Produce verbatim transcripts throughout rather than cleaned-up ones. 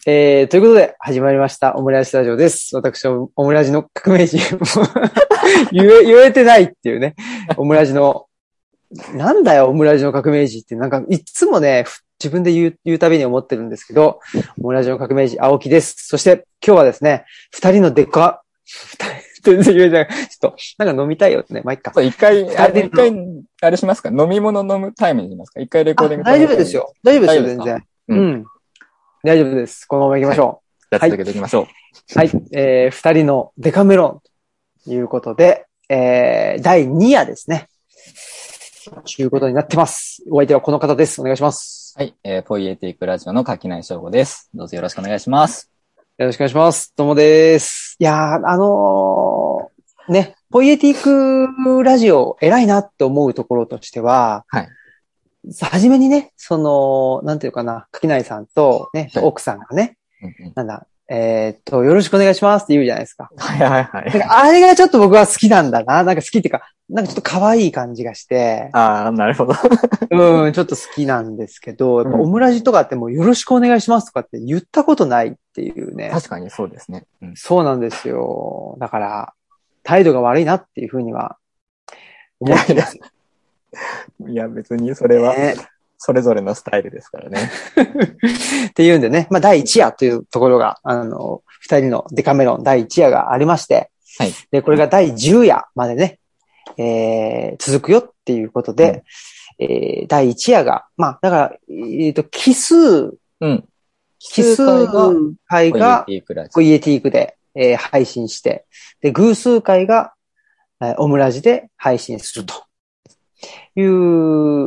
えー、ということで、始まりました、オムライスラジオです。私、オムラジの革命児。言え、言えてないっていうね。オムラジの、なんだよ、オムラジの革命児って、なんか、いつもね、自分で言う、言うたびに思ってるんですけど、オムラジの革命児、青木です。そして、今日はですね、二人のでか、二人、全然言えない。ちょっと、なんか飲みたいよね。まあ、いっか。 一回、あ一回、あれしますか？飲み物飲むタイムにしますか？一回レコーディング大丈夫ですよ。大丈夫ですよ、全然。うん。うん、大丈夫です。このまま行きましょう。はい、 じゃあ続けていきましょう。 はい。はい、えー、二人のデカメロンということで、えー、だいに夜ですね。ということになってます。お相手はこの方です。お願いします。 はい。えー、ポイエティックラジオの垣内翔吾です。どうぞよろしくお願いします。 よろしくお願いします。どうもです。いやー、あのー、ね、ポイエティックラジオ偉いなって思うところとしては、 はい。 はじめにね、その、なんていうかな、垣内さんとね、はい、奥さんがね、 うんうん、 なんだ、えー、っと、よろしくお願いしますって言うじゃないですか。 はいはいはい。 なんかあれがちょっと僕は好きなんだな。なんか好きっていうか、なんかちょっと可愛い感じがして。 ああ、なるほど。 うん、ちょっと好きなんですけど、やっぱオムラジとかってもうよろしくお願いしますとかって言ったことないっていうね。 確かにそうですね。 うん、そうなんですよ。だから、態度が悪いなっていうふうには思ってます。 いやいやいや、別にそれは、それぞれのスタイルですからね。 っていうんでね、まあ、だいいち夜というところが、あの、二人のデカメロンだいいち夜がありまして、 はい。 で、これがだいじゅう夜までね、えー、続くよっていうことで、うん、えー、だいいち夜が、まあ、だから、えっと、奇数、 うん。 奇数回が、ポイエティークで、えー、配信して、で、偶数回が、えー、オムラジで配信すると。いう、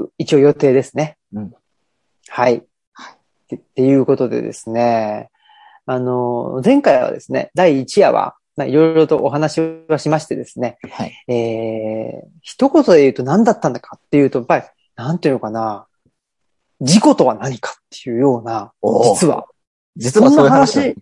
一応予定ですね。 うん、 はい。っていうことでですね、あの、前回はですね、だいいち夜は、いろいろとお話はしましてですね、 はい、 えー、一言で言うと何だったんだかっていうと、やっぱり、なんていうのかな、事故とは何かっていうような、実は。 実はそういう話。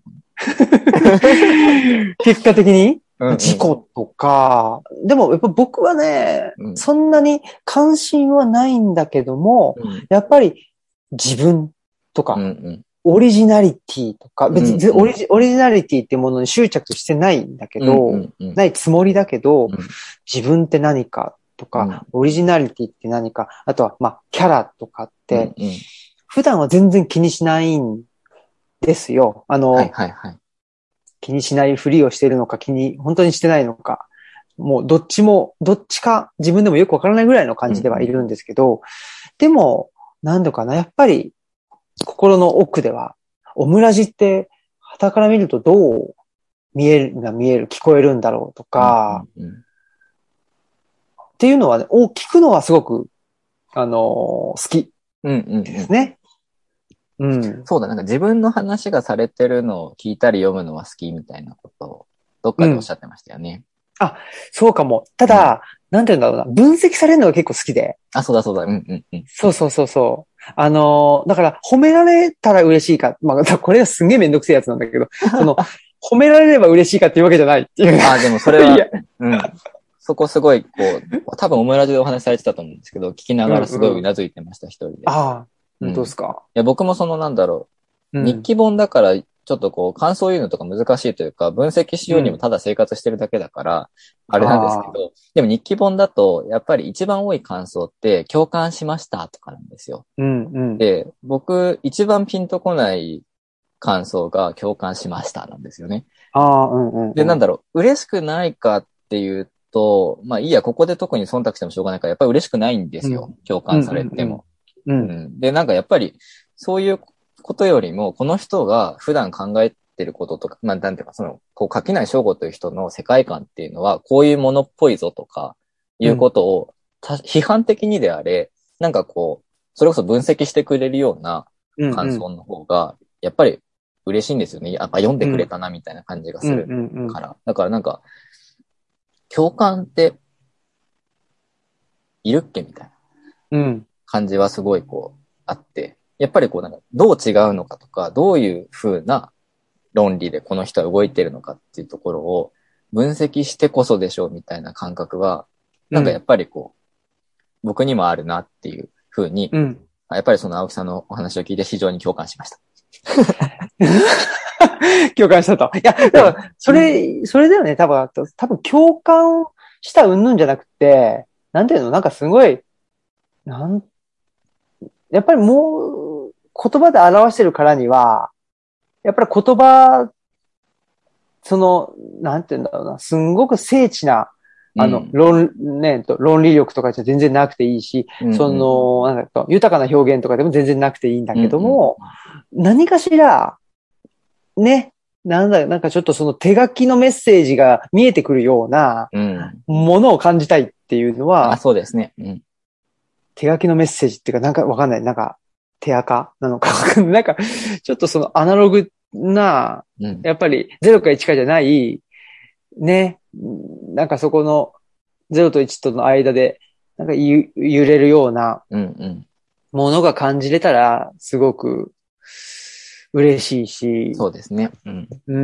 結果的に、事故とか、うんうん、でもやっぱ僕はね、うん、そんなに関心はないんだけども、うん、やっぱり自分とか、うんうん、オリジナリティとか、別にオリジ、オリジナリティっていうものに執着してないんだけど、うんうんうん、ないつもりだけど、うん、自分って何かとか、うん、オリジナリティって何か、あとは、まあ、キャラとかって、うんうん、普段は全然気にしないんですよ。あの、はいはいはい、気にしないふりをしているのか、気に、本当にしてないのか。もうどっちも、どっちか自分でもよくわからないぐらいの感じではいるんですけど、うん、でも、なんだかな、やっぱり、心の奥では、オムラジって、傍から見るとどう見えるが見える、聞こえるんだろうとか、うんうんうん、っていうのはね、を聞くのはすごく、あのー、好きですね。 うんうんうん、そうだ、なんか自分の話がされてるのを聞いたり読むのは好きみたいなことをどっかでおっしゃってましたよね。 うん、あ、そうかも。ただ、うん、なんて言うんだろうな、分析されるのが結構好きで。 あ、そうだそうだ、うんうんうん。 そうそうそうそう。あのー、だから褒められたら嬉しいか、まあ、これはすんげえめんどくせえやつなんだけど、その、褒められれば嬉しいかっていうわけじゃないっていう。 あ、でもそれは、うん。そこすごい、こう、多分オムラジでお話しされてたと思うんですけど、聞きながらすごいうなずいてました、一人で。 ああ、本当ですか。 いや、僕もそのなんだろう、日記本だから、ちょっとこう、感想言うのとか難しいというか、分析しようにもただ生活してるだけだから、あれなんですけど、でも日記本だと、やっぱり一番多い感想って、共感しましたとかなんですよ。 うんうん、 で、僕、一番ピンとこない感想が共感しましたなんですよね。 あうんうんうん、 で、なんだろう、嬉しくないかっていうと、まあいいや、ここで特に忖度してもしょうがないから、やっぱり嬉しくないんですよ。うん、共感されても、うんうんうんうん。で、なんかやっぱり、そういうことよりも、この人が普段考えてることとか、まあなんていうか、その、こう、垣内翔吾という人の世界観っていうのは、こういうものっぽいぞとか、いうことを、うん、批判的にであれ、なんかこう、それこそ分析してくれるような感想の方が、やっぱり嬉しいんですよね。やっぱ読んでくれたなみたいな感じがするから。うんうんうん、だからなんか、共感って、いるっけみたいな感じはすごいこう、あって、やっぱりこうなんか、どう違うのかとか、どういう風な論理でこの人は動いてるのかっていうところを分析してこそでしょうみたいな感覚は、なんかやっぱりこう、僕にもあるなっていう風に、うん、やっぱりその青木さんのお話を聞いて非常に共感しました。 共感したと。いや、だから、それ、それだよね、多分、多分共感した云々じゃなくて、なんていうの、なんかすごい、なん、やっぱりもう、言葉で表してるからには、やっぱり言葉、その、なんていうんだろうな、すんごく精緻な、あの、論、ね、論理力とかじゃ全然なくていいし、うんうん、その、なんか、豊かな表現とかでも全然なくていいんだけども、うんうん、何かしら、ね、なんだ、なんかちょっとその手書きのメッセージが見えてくるようなものを感じたいっていうのは、 うん、あ、そうですね。うん、 手書きのメッセージっていうか、なんかわかんない。なんか、手垢なのかなんか、ちょっとそのアナログな、うん、やっぱりゼロかいちかじゃない、ね、なんかそこのゼロといちとの間で、なんかゆ揺れるようなものが感じれたら、すごく嬉しいし。 そうですね。うん。 うん。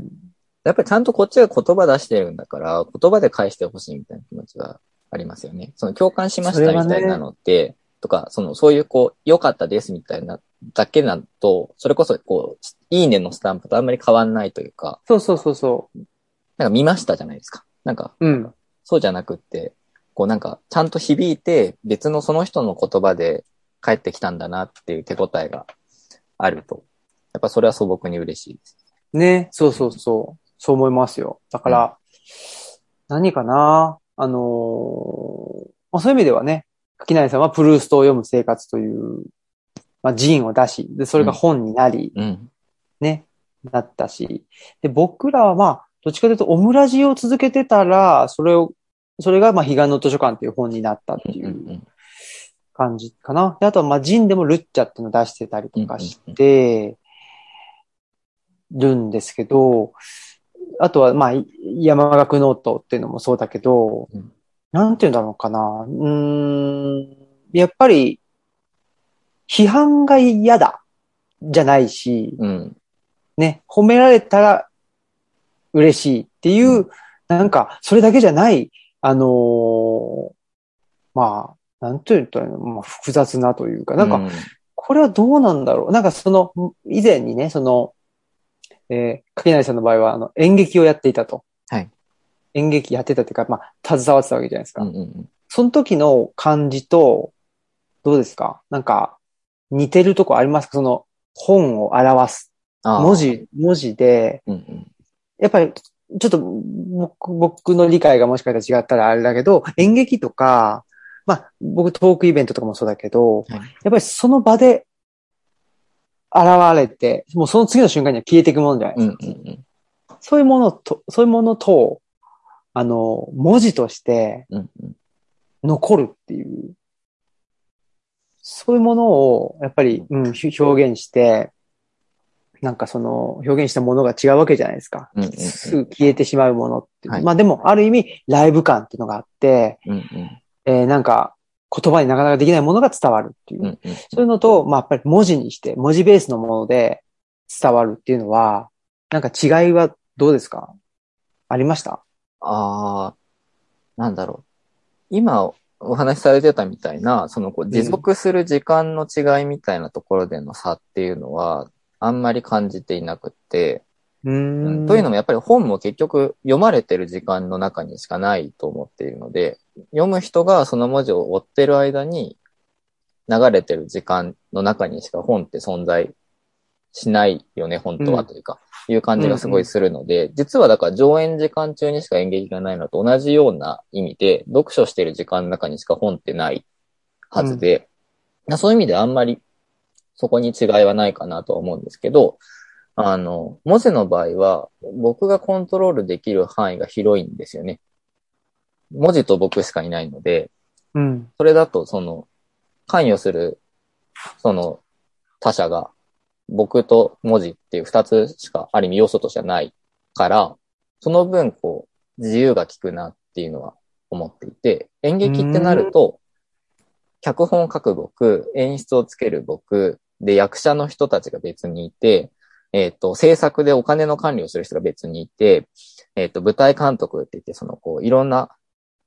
やっぱりちゃんとこっちが言葉出してるんだから、言葉で返してほしいみたいな気持ちがありますよね。その共感しましたみたいなのって、ね、とか、その、そういうこう、良かったですみたいなだけだと、それこそこう、いいねのスタンプとあんまり変わんないというか。 そうそうそうそう。 なんか見ましたじゃないですか。なんか、 うん。 そうじゃなくって、こうなんか、ちゃんと響いて、別のその人の言葉で帰ってきたんだなっていう手応えがあると。やっぱそれは素朴に嬉しいです。 ね、そうそうそう。そう思いますよ。だから、うん、何かなあのー、まあ、そういう意味ではね、柿内さんはプルーストを読む生活という、まあ、ジーンを出し、で、それが本になり、 うん、 ね、なったし、で、僕らはまあ、どっちかというとオムラジを続けてたら、それを、それがまあ、彼岸の図書館っていう本になったっていう感じかな。で、あとはまあ、ジンでもルッチャっていうのを出してたりとかして、るんですけど、あとはまあ、山岳ノートっていうのもそうだけど、うん、なんていうんだろうかな。うーん、やっぱり、批判が嫌だ、じゃないし、 うん、 ね、褒められたら嬉しいっていう、うん、なんか、それだけじゃない、あのー、まあ、なんて言ったらいいの、まあ、複雑なというか、なんか、これはどうなんだろう。なんかその、以前にね、その、えー、柿内さんの場合は、あの、演劇をやっていたと。 はい。 演劇やってたっていうか、まあ、携わってたわけじゃないですか。 うんうんうん、 その時の感じと、どうですか？なんか、似てるとこありますか？その、本を表す。文字、文字で、うんうん、やっぱり、ちょっと僕、僕の理解がもしかしたら違ったらあれだけど、演劇とか、まあ、僕トークイベントとかもそうだけど、はい、やっぱりその場で現れて、もうその次の瞬間には消えていくものじゃないですか。うんうんうん、そういうものと、そういうものと、あの、文字として残るっていう、うんうん、そういうものを、やっぱり、うん、表現して、なんかその、表現したものが違うわけじゃないですか。うんうんうん、すぐ消えてしまうものって。はい、まあでも、ある意味、ライブ感っていうのがあって、うんうん、えー、なんか、言葉になかなかできないものが伝わるっていう。うんうんうん、そういうのと、まあやっぱり文字にして、文字ベースのもので伝わるっていうのは、なんか違いはどうですか？ありました？ ああ、なんだろう。今お話しされてたみたいな、そのこう持続する時間の違いみたいなところでの差っていうのは、あんまり感じていなくって、 うーん、 うん、というのもやっぱり本も結局読まれてる時間の中にしかないと思っているので、読む人がその文字を追ってる間に流れてる時間の中にしか本って存在しないよね、本当はというか、うん、いう感じがすごいするので、うんうん、実はだから上演時間中にしか演劇がないのと同じような意味で、読書してる時間の中にしか本ってないはずで、うん、そういう意味であんまりそこに違いはないかなとは思うんですけど、あの、文字の場合は僕がコントロールできる範囲が広いんですよね。文字と僕しかいないので、 うん、 それだとその、関与する、その他者が僕と文字っていう二つしかある意味要素としてはないから、その分こう自由が利くなっていうのは思っていて、演劇ってなると、脚本を書く僕、演出をつける僕、で役者の人たちが別にいて、えっと、制作でお金の管理をする人が別にいて、えっと、舞台監督って言って、そのこういろんな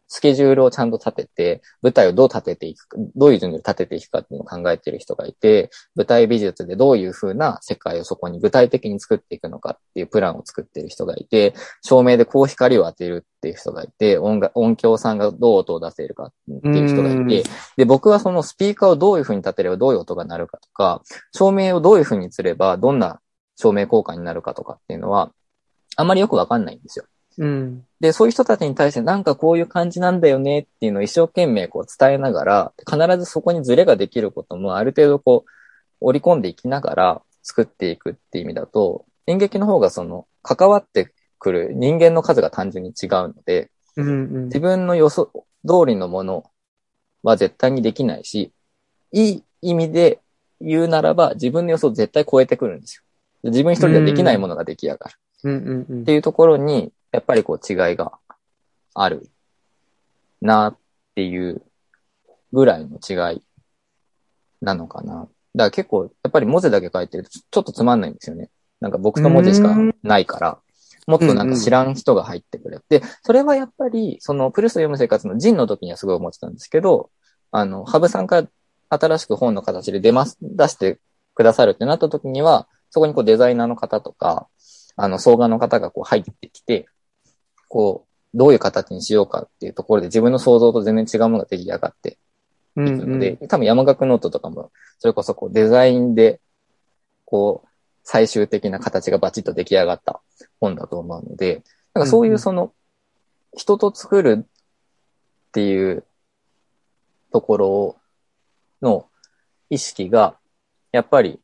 スケジュールをちゃんと立てて、舞台をどう立てていくか、どういう順序で立てていくかっていうのを考えている人がいて、舞台美術でどういう風な世界をそこに具体的に作っていくのかっていうプランを作っている人がいて、照明でこう光を当てるっていう人がいて、音楽、音響さんがどう音を出せるかっていう人がいて、で、僕はそのスピーカーをどういう風に立てればどういう音が鳴るかとか、照明をどういう風にすればどんな照明効果になるかとかっていうのは、あんまりよくわかんないんですよ。 うん、 で、そういう人たちに対してなんかこういう感じなんだよねっていうのを一生懸命こう伝えながら、必ずそこにズレができることもある程度こう織り込んでいきながら作っていくっていう意味だと、演劇の方がその関わってくる人間の数が単純に違うので、 うんうん、 自分の予想通りのものは絶対にできないし、いい意味で言うならば自分の予想を絶対超えてくるんですよ。自分一人ではできないものが出来上がる。 うんうんうん、 っていうところに、やっぱりこう違いがあるなっていうぐらいの違いなのかな。だから結構、やっぱり文字だけ書いてるとちょっとつまんないんですよね。なんか僕と文字しかないから、もっとなんか知らん人が入ってくれて、うんうん、それはやっぱり、そのプルス読む生活のジンの時にはすごい思ってたんですけど、あの、ハブさんから新しく本の形で出ます、出してくださるってなった時には、そこにこうデザイナーの方とか、あの、総画の方がこう入ってきて、こう、どういう形にしようかっていうところで自分の想像と全然違うものが出来上がっていくので、うんうん、多分山岳ノートとかも、それこそこうデザインで、こう、最終的な形がバチッと出来上がった本だと思うので、なんかそういうその、人と作るっていうところの意識が、やっぱり、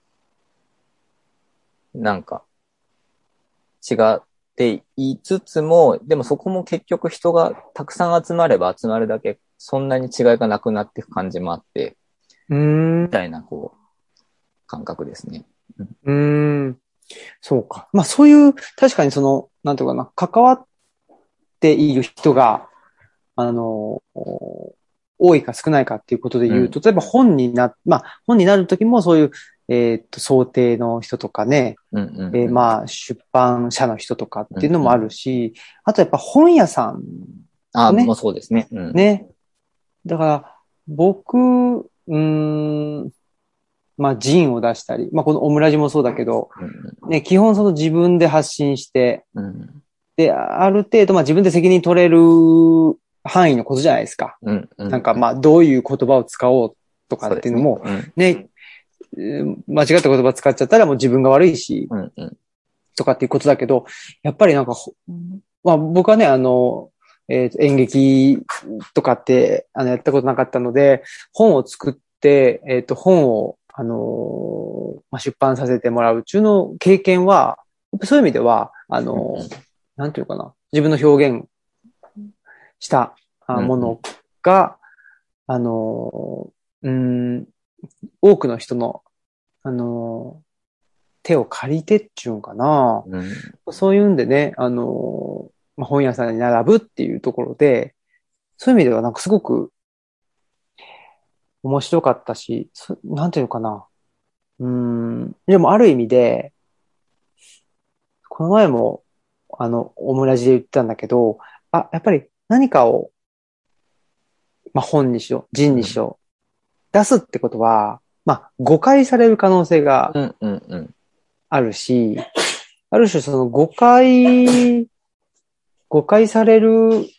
なんか、違っていつつも、でもそこも結局人がたくさん集まれば集まるだけ、そんなに違いがなくなっていく感じもあって、 うーんみたいな、こう、感覚ですね。 うーん。そうか。まあそういう、確かにその、なんていうかな、関わっている人が、あの、多いか少ないかっていうことで言うと、うん、例えば本にな、まあ本になるときもそういう、えー、っと、想定の人とかね、 うんうんうん、 えー、まあ出版社の人とかっていうのもあるし、うんうん、あとやっぱ本屋さん、ね。 あ、もうそうですね。うん、 ね。だから、僕、うーん、まあ、ジンを出したり、まあ、このオムラジもそうだけど、 うん、 ね、基本その自分で発信して、 うん、 で、ある程度、まあ自分で責任取れる範囲のことじゃないですか。 うんうん、 なんかまあ、どういう言葉を使おうとかっていうのも、ね、うん、間違った言葉使っちゃったらもう自分が悪いし、 うんうん、 とかっていうことだけど、やっぱりなんか、まあ僕はね、あの、えー、演劇とかってあのやったことなかったので、本を作って、えっと、本を、あのーまあ、出版させてもらう中の経験は、そういう意味では、あのー、なんていうかな、自分の表現したものが、うんうん、あのー、うん、多くの人の、あのー、手を借りてっちゅうんかな、うん、そういうんでね、あのー、まあ、本屋さんに並ぶっていうところで、そういう意味ではなんかすごく面白かったし、なんていうのかな。うん。でもある意味で、この前も、あの、オムラジで言ったんだけど、あ、やっぱり何かを、まあ、本にしよう、人にしよう、うん、出すってことは、まあ、誤解される可能性があるし、うんうんうん、ある種その誤解、誤解される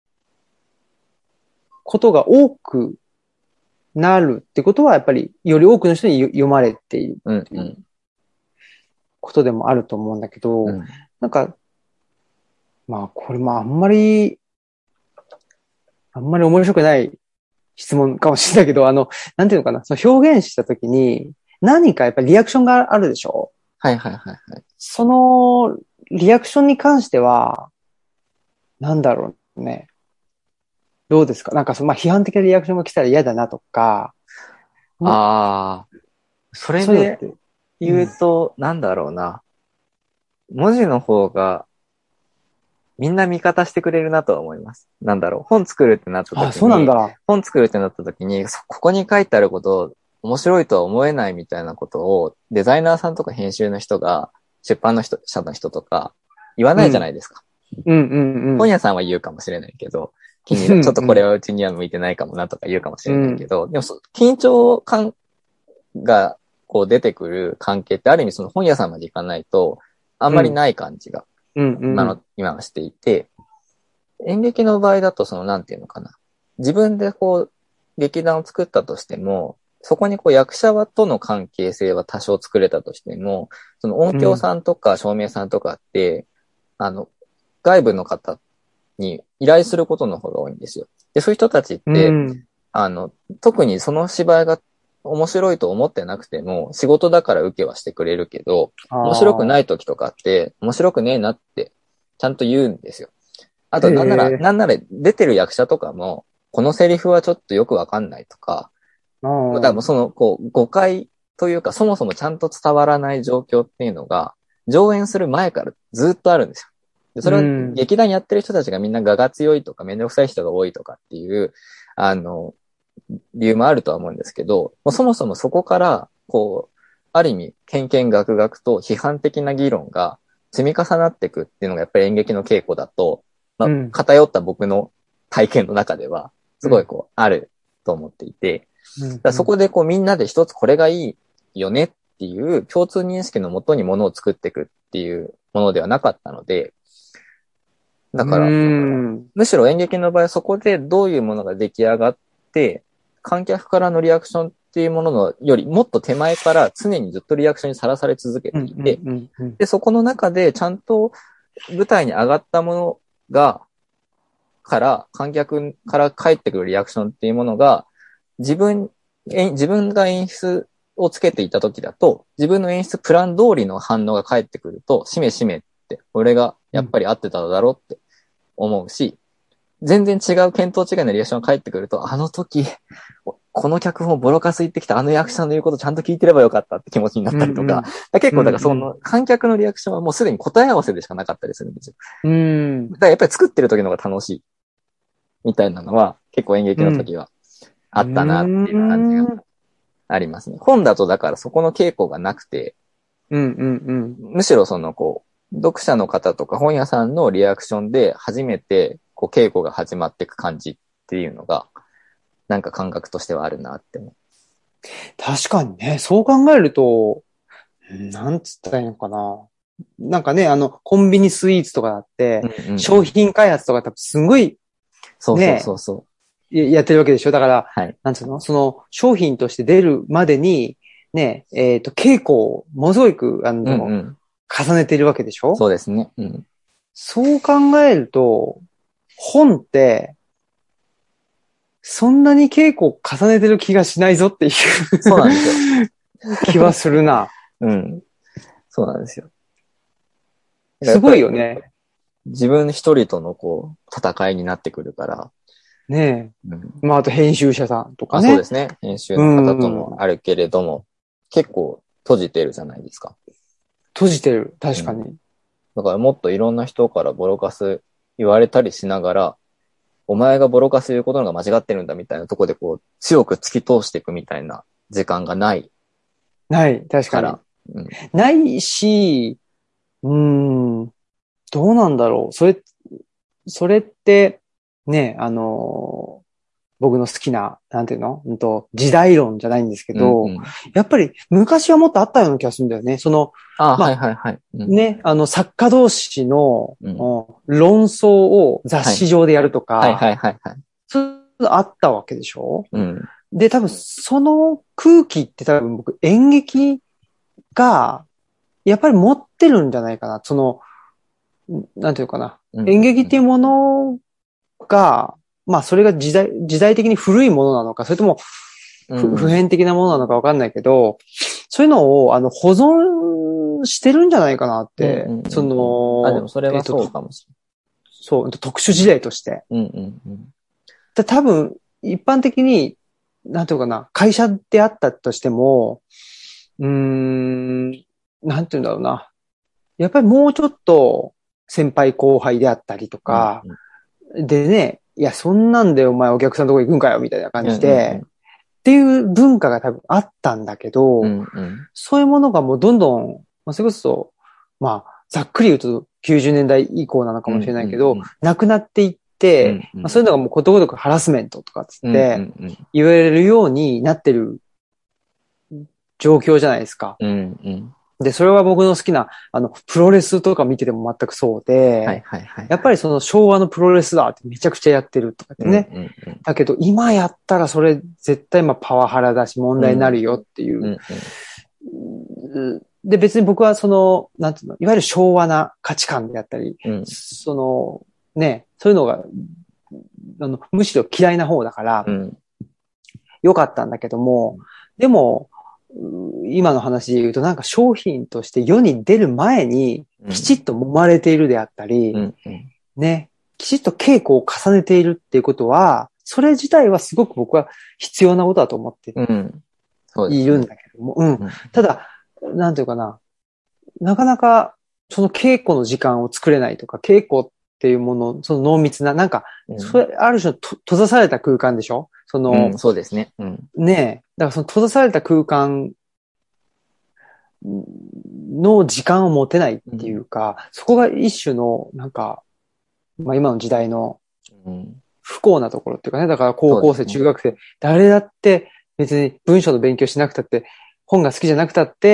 ことが多くなるってことは、やっぱりより多くの人に読まれているっていうことでもあると思うんだけど、うん、なんか、まあこれもあんまり、あんまり面白くない質問かもしれないけど、あの、なんていうのかな、その表現したときに何かやっぱりリアクションがあるでしょ？ はいはいはいはい。 そのリアクションに関しては、なんだろうね。どうですか？なんかその、まあ、批判的なリアクションが来たら嫌だなとか。 ああ、それで言うと、うん、なんだろうな。文字の方が、みんな味方してくれるなとは思います。なんだろう。本作るってなった時に、 あ、そうなんだ。 本作るってなった時に、ここに書いてあることを面白いとは思えないみたいなことを、デザイナーさんとか編集の人が、出版の人、社の人とか、言わないじゃないですか。 うんうんうん。 本屋さんは言うかもしれないけど、 気に、ちょっとこれはうちには向いてないかもなとか言うかもしれないけど、うん、でも緊張感がこう出てくる関係ってある意味その本屋さんまで行かないとあんまりない感じが、今の、今はしていて、演劇の場合だとそのなんていうのかな。自分でこう劇団を作ったとしても、そこにこう役者との関係性は多少作れたとしても、その音響さんとか照明さんとかって、うん、あの、外部の方に依頼することの方が多いんですよ。で、そういう人たちって、うん、あの、特にその芝居が面白いと思ってなくても、仕事だから受けはしてくれるけど、面白くない時とかって、面白くねえなって、ちゃんと言うんですよ。あと、なんなら、なんなら出てる役者とかも、このセリフはちょっとよくわかんないとか、多分その、こう、誤解というか、そもそもちゃんと伝わらない状況っていうのが、上演する前からずっとあるんですよ。でそれは劇団やってる人たちがみんな我が強いとか、めんどくさい人が多いとかっていう、あの、理由もあるとは思うんですけど、もうそもそもそこから、こう、ある意味、けんけんがくがくと批判的な議論が積み重なっていくっていうのがやっぱり演劇の稽古だと、まあ、偏った僕の体験の中では、すごいこう、あると思っていて、だからそこでこうみんなで一つこれがいいよねっていう共通認識のもとにものを作っていくっていうものではなかったので、だから、むしろ演劇の場合はそこでどういうものが出来上がって、観客からのリアクションっていうもののよりもっと手前から常にずっとリアクションにさらされ続けていて、で、そこの中でちゃんと舞台に上がったものが、から、観客から返ってくるリアクションっていうものが、自分、自分が演出をつけていた時だと、自分の演出プラン通りの反応が返ってくると、しめしめって、俺がやっぱり合ってたのだろうって思うし、全然違う見当違いのリアクションが返ってくると、あの時、この脚本ボロカス言ってきたあの役者の言うことちゃんと聞いてればよかったって気持ちになったりとか、うんうん、結構だからその観客のリアクションはもうすでに答え合わせでしかなかったりするんですよ。うん、だからやっぱり作ってる時の方が楽しいみたいなのは結構演劇の時はあったなっていう感じがありますね。本だとだからそこの傾向がなくて、うんうんうん、むしろそのこう読者の方とか本屋さんのリアクションで初めてこう稽古が始まっていく感じっていうのがなんか感覚としてはあるなって思う。 確かにね、そう考えると、なんつったらいいのかな。なんかね、あの、コンビニスイーツとかだって、うんうんうん、商品開発とか多分すごい、ね、 そうそうそうそう。 やってるわけでしょ。だから、はい、なんつうのその商品として出るまでに、ね、えっ、ー、と、稽古をものすごく、あの、うんうん、重ねているわけでしょ。 そうですね。うん、 そう考えると、本って、そんなに稽古を重ねてる気がしないぞっていう。 そうなんですよ。気はするな。 うん。そうなんですよ。 すごいよね。 自分一人とのこう、戦いになってくるから。 ねえ。うん、まあ、あと編集者さんとかね。 あ、そうですね。編集の方ともあるけれども、結構閉じてるじゃないですか。 閉じてる。確かに、うん。 だからもっといろんな人からボロカス言われたりしながら、お前がボロカス言うことのが間違ってるんだみたいなところでこう、強く突き通していくみたいな時間がない。 ない、確かに。うん、ないし、うーん、どうなんだろう。それ、それって、ね、あのー、僕の好きな、なんていうの、うんと、時代論じゃないんですけど、うんうん、やっぱり昔はもっとあったような気がするんだよね。その、 あ、まあ、はいはいはい。 うん、ね、あの、作家同士の、うん、論争を雑誌上でやるとか、 はいはいはいはい。 そういうのあったわけでしょ、 うん、 で、多分その空気って多分僕演劇が、やっぱり持ってるんじゃないかな。その、なんていうかな。うん、演劇っていうものが、まあそれが時代、時代的に古いものなのか、それとも、うん、普遍的なものなのかわかんないけど、そういうのを、あの、保存してるんじゃないかなって、うんうんうん、その、 あ、でもそれはそうかもしれない。 えー、そう、特殊時代として。 うんうんうん、 だ多分、一般的に、なんていうかな、会社であったとしても、うーん、なんていうんだろうな。やっぱりもうちょっと先輩後輩であったりとか、うんうん、でね、いや、そんなんでお前お客さんのとこ行くんかよ、みたいな感じで、うんうんうん、っていう文化が多分あったんだけど、うんうん、そういうものがもうどんどん、まあ、それこそ、まあ、ざっくり言うときゅうじゅうねんだい以降なのかもしれないけど、うんうんうん、なくなっていって、うんうんまあ、そういうのがもうことごとくハラスメントとかつって言われるようになってる状況じゃないですか。 うんうん、 で、それは僕の好きな、あの、プロレスとか見てても全くそうで、 はいはいはい、 やっぱりその昭和のプロレスだってめちゃくちゃやってるとかってね。うんうんうん、だけど今やったらそれ絶対まあパワハラだし問題になるよっていう。うんうんうん、で、別に僕はその、なんていうの、いわゆる昭和な価値観であったり、うん、その、ね、そういうのが、あの、むしろ嫌いな方だから、うん、よかったんだけども、でも、今の話で言うとなんか商品として世に出る前にきちっと揉まれているであったり、うんうん、ね、きちっと稽古を重ねているっていうことは、それ自体はすごく僕は必要なことだと思っているんだけども、うんうん、ただ、なんていうかな、なかなかその稽古の時間を作れないとか、稽古っていうもの、その濃密な、なんか、それ、ある種のと閉ざされた空間でしょその、 うん、そうですね。うん、 ねえ。だからその閉ざされた空間の時間を持てないっていうか、うん、そこが一種の、なんか、まあ今の時代の不幸なところっていうかね、だから高校生、ね、中学生、誰だって別に文章の勉強しなくたって、本が好きじゃなくたって、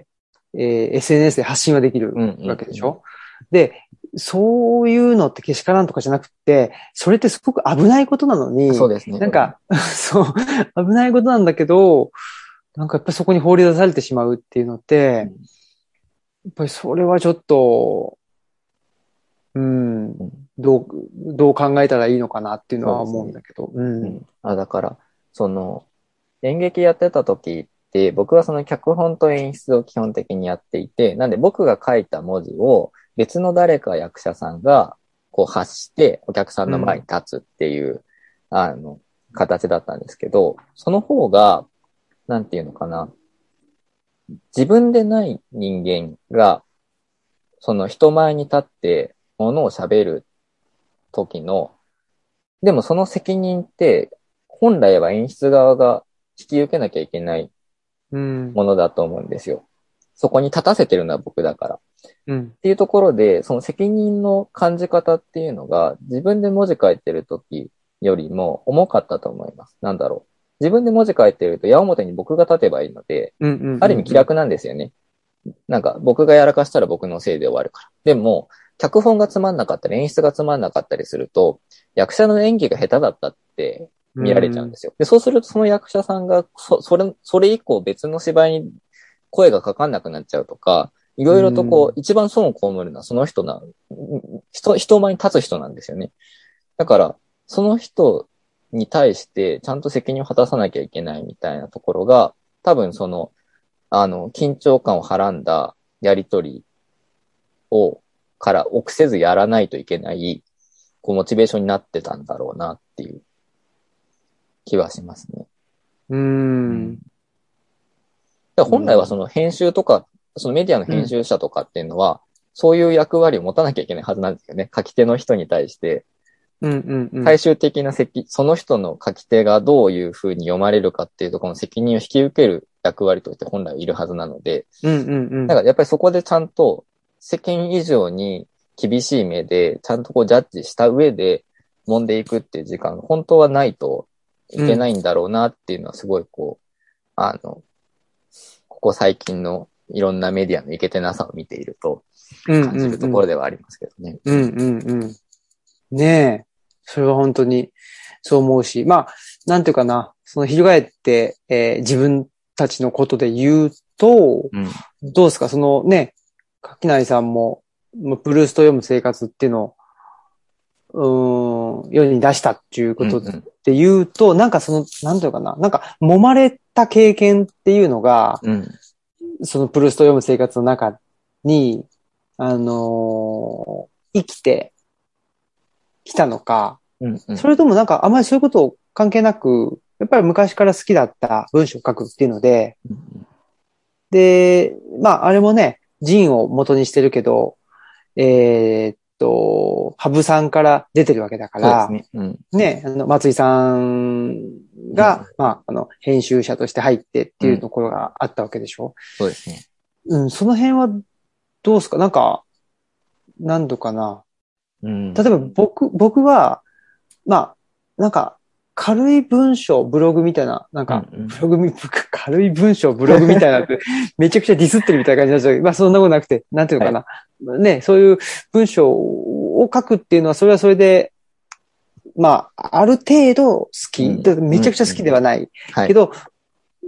えー、エスエヌエス で発信はできるわけでしょ、うんうんうん、で、そういうのってけしからんとかじゃなくて、それってすごく危ないことなのに、 そうですね。 なんか、そう、危ないことなんだけど、なんかやっぱりそこに放り出されてしまうっていうのって、うん、やっぱりそれはちょっと、うん、どう、どう考えたらいいのかなっていうのは思うんだけど。うね、うん、 うん。あ、だから、その、演劇やってた時って、僕はその脚本と演出を基本的にやっていて、なんで僕が書いた文字を別の誰か役者さんがこう発してお客さんの前に立つっていう、うん、あの、形だったんですけど、その方が、なんていうのかな、自分でない人間が、その人前に立ってものを喋る時の、でもその責任って、本来は演出側が引き受けなきゃいけないものだと思うんですよ。うん、そこに立たせてるのは僕だから。うん、っていうところで、その責任の感じ方っていうのが、自分で文字書いてる時よりも重かったと思います。なんだろう。自分で文字書いてると矢面に僕が立てばいいので、うんうんうんうん、ある意味気楽なんですよね。なんか僕がやらかしたら僕のせいで終わるから。でも、脚本がつまんなかったり演出がつまんなかったりすると、役者の演技が下手だったって見られちゃうんですよ。で、そうするとその役者さんが、そ、それ、それ以降別の芝居に声がかかんなくなっちゃうとか、いろいろとこう、一番損を被るのはその人な、人、人前に立つ人なんですよね。だから、その人に対してちゃんと責任を果たさなきゃいけないみたいなところが、多分その、あの、緊張感をはらんだやりとりを、から臆せずやらないといけない、こう、モチベーションになってたんだろうなっていう気はしますね。 うーん。 本来はその編集とか、そのメディアの編集者とかっていうのは、うん、そういう役割を持たなきゃいけないはずなんですよね。書き手の人に対して。 うんうんうん、 最終的な責、その人の書き手がどういうふうに読まれるかっていうところの責任を引き受ける役割として本来いるはずなので、 うんうんうん、 だからやっぱりそこでちゃんと世間以上に厳しい目でちゃんとこうジャッジした上で揉んでいくっていう時間が本当はないといけないんだろうなっていうのはすごいこう、あの、ここ最近のいろんなメディアのイケてなさを見ていると感じるところではありますけどね。 うんうんうん。ねえ。それは本当にそう思うし、まあ、なんていうかな、その翻って、えー、自分たちのことで言うと、うん、どうですかそのね、柿内さんも、ブルースと読む生活っていうのを、うーん、世に出したっていうことで言うと、うんうん、なんかその、なんていうかな、なんか揉まれた経験っていうのが、うん、そのブルースと読む生活の中に、あのー、生きてきたのか、うんうん、それともなんかあんまりそういうことを関係なく、やっぱり昔から好きだった文章を書くっていうので、うん、で、まああれもね、ジンを元にしてるけど、えー、っと、ハブさんから出てるわけだから、ね、うん、ね、あの、松井さんが、うん、まあ、あの、編集者として入ってっていうところがあったわけでしょ、うん、 そうですね。 うん、その辺はどうですかなんか、何度かな、うん、例えば僕、僕は、 まあ、なんか、軽い文章、ブログみたいな、なんか、ブログみ、軽い文章、ブログみたいなって、めちゃくちゃディスってるみたいな感じになっちゃう。まあ、そんなことなくて、なんていうのかな。はい、ね、そういう文章を書くっていうのは、それはそれで、まあ、ある程度好き。うん、めちゃくちゃ好きではない。うん、けど、はい、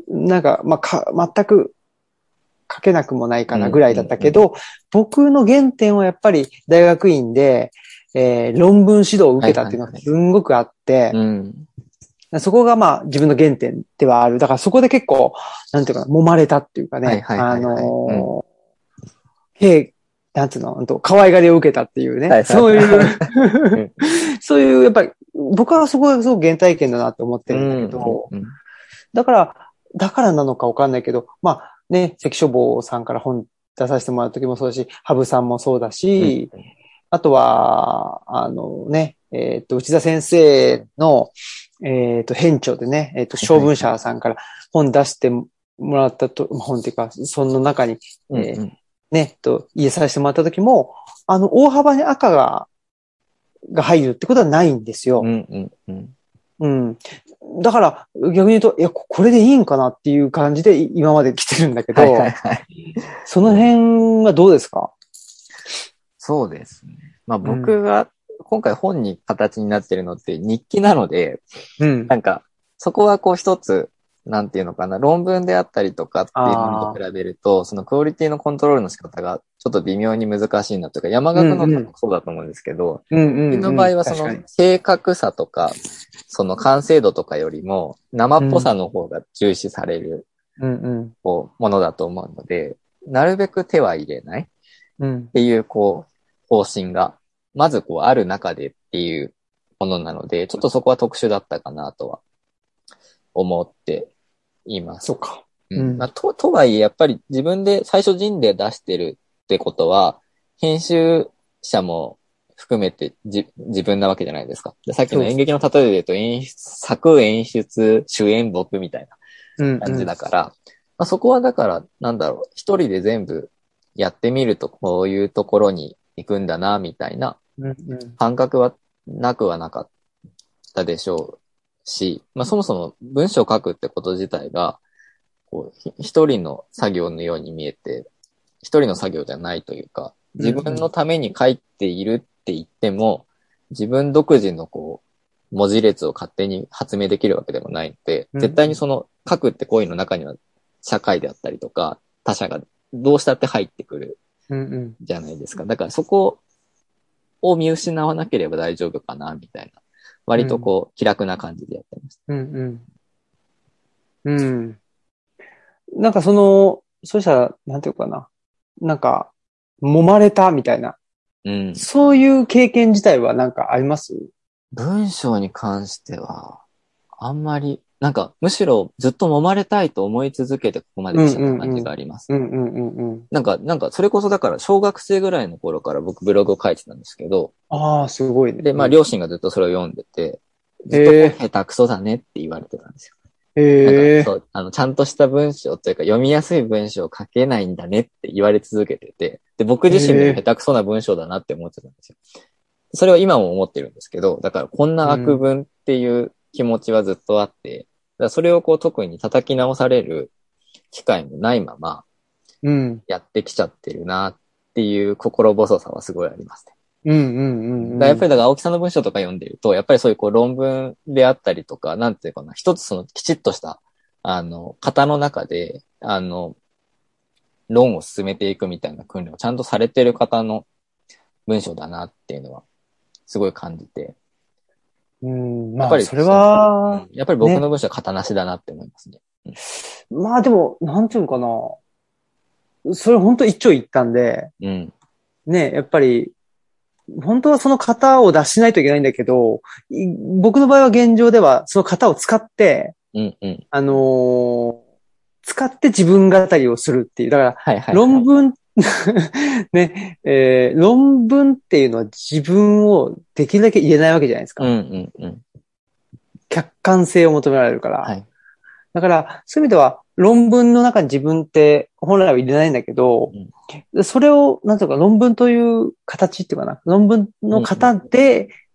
なんか、まあ、か、全く書けなくもないかなぐらいだったけど、うんうんうん、僕の原点はやっぱり大学院で、えー、論文指導を受けたっていうのがすんごくあって、はいはいはい、うん、そこがまあ自分の原点ではある。だからそこで結構、なんていうかな、揉まれたっていうかね、はいはいはいはい、あのー、へ、うん、なんていうの、可愛がりを受けたっていうね、はいはいはい、そういう、そういう、やっぱり、僕はそこがすごく原体験だなって思ってるんだけど、うんうんうん、だから、だからなのかわかんないけど、まあね、関書房さんから本出させてもらう時もそうだし、羽生さんもそうだし、うん、あとは、あのね、えっ、ー、と、内田先生の、えっ、ー、と、編長でね、えっ、ー、と、小文社さんから本出してもらったと、本っていうか、その中に、うんうん、えー、ね、と、入れさせてもらった時も、あの、大幅に赤が、が入るってことはないんですよ。うんうんうんうん。だから、逆に言うと、いや、これでいいんかなっていう感じで今まで来てるんだけど、はいはいはい、その辺はどうですか？ そうですね。まあ僕が今回本に形になってるのって日記なので、うん、なんか、そこはこう一つ、なんていうのかな、論文であったりとかっていうのと比べると、そのクオリティのコントロールの仕方がちょっと微妙に難しいなというか、山岳のもそうだと思うんですけど、僕、うんうん、の場合はその正確さとか、その完成度とかよりも生っぽさの方が重視される、こうものだと思うので、なるべく手は入れないっていう、こう、方針が、まずこうある中でっていうものなので、ちょっとそこは特殊だったかなとは思っています。 そうか。 うん。まあ、と、とはいえ、やっぱり自分で最初人で出してるってことは、編集者も含めてじ自分なわけじゃないですか。でさっきの演劇の例えで言うと演出、作演出、主演僕みたいな感じだから、うんうん、まあ、そこはだから、なんだろう、一人で全部やってみるとこういうところに行くんだな、みたいな感覚はなくはなかったでしょうし、まあそもそも文章を書くってこと自体が、こう一人の作業のように見えて、一人の作業じゃないというか、自分のために書いているって言っても、自分独自のこう、文字列を勝手に発明できるわけでもないので、絶対にその書くって行為の中には社会であったりとか、他者がどうしたって入ってくるじゃないですか。だからそこを見失わなければ大丈夫かな、みたいな。割とこう、気楽な感じでやってました。 うんうん。うん。なんかその、そうしたら、なんていうかな。なんか、揉まれたみたいな。うん。そういう経験自体はなんかあります？ 文章に関しては、あんまり、なんか、むしろずっと揉まれたいと思い続けてここまで来ちゃった感じがあります。うんうんうんうん。なんか、なんか、それこそだから小学生ぐらいの頃から僕ブログを書いてたんですけど。 ああ、すごいね。 で、まあ両親がずっとそれを読んでて、ずっと下手くそだねって言われてたんですよ。へなんかそう、あの、ちゃんとした文章というか読みやすい文章を書けないんだねって言われ続けてて、で、僕自身でも下手くそな文章だなって思ってたんですよ。それは今も思ってるんですけど、だからこんな悪文っていう気持ちはずっとあって、だからそれをこう特に叩き直される機会もないまま、やってきちゃってるなっていう心細さはすごいありますね。うんうんうん、うん。だやっぱりだから青木さんの文章とか読んでると、やっぱりそういうこう論文であったりとか、なんていうかな、一つそのきちっとした、あの、型の中で、あの、論を進めていくみたいな訓練をちゃんとされてる方の文章だなっていうのは、すごい感じて。 うん、まあ、やっぱりそれは、 やっぱり僕の文章は型なしだなって思いますね。ねうん、まあでも、なんていうのかな。それ本当一長一短で、うん、ね、やっぱり、本当はその型を出しないといけないんだけど、僕の場合は現状ではその型を使って、うんうん、あのー、使って自分語りをするっていう。だから、はいはいはい、論文、ね、えー、論文っていうのは自分をできるだけ言えないわけじゃないですか。うんうんうん、客観性を求められるから。はい、だから、そういう意味では論文の中に自分って本来は入れないんだけど、うん、それを、なんていうか論文という形っていうかな、論文の型で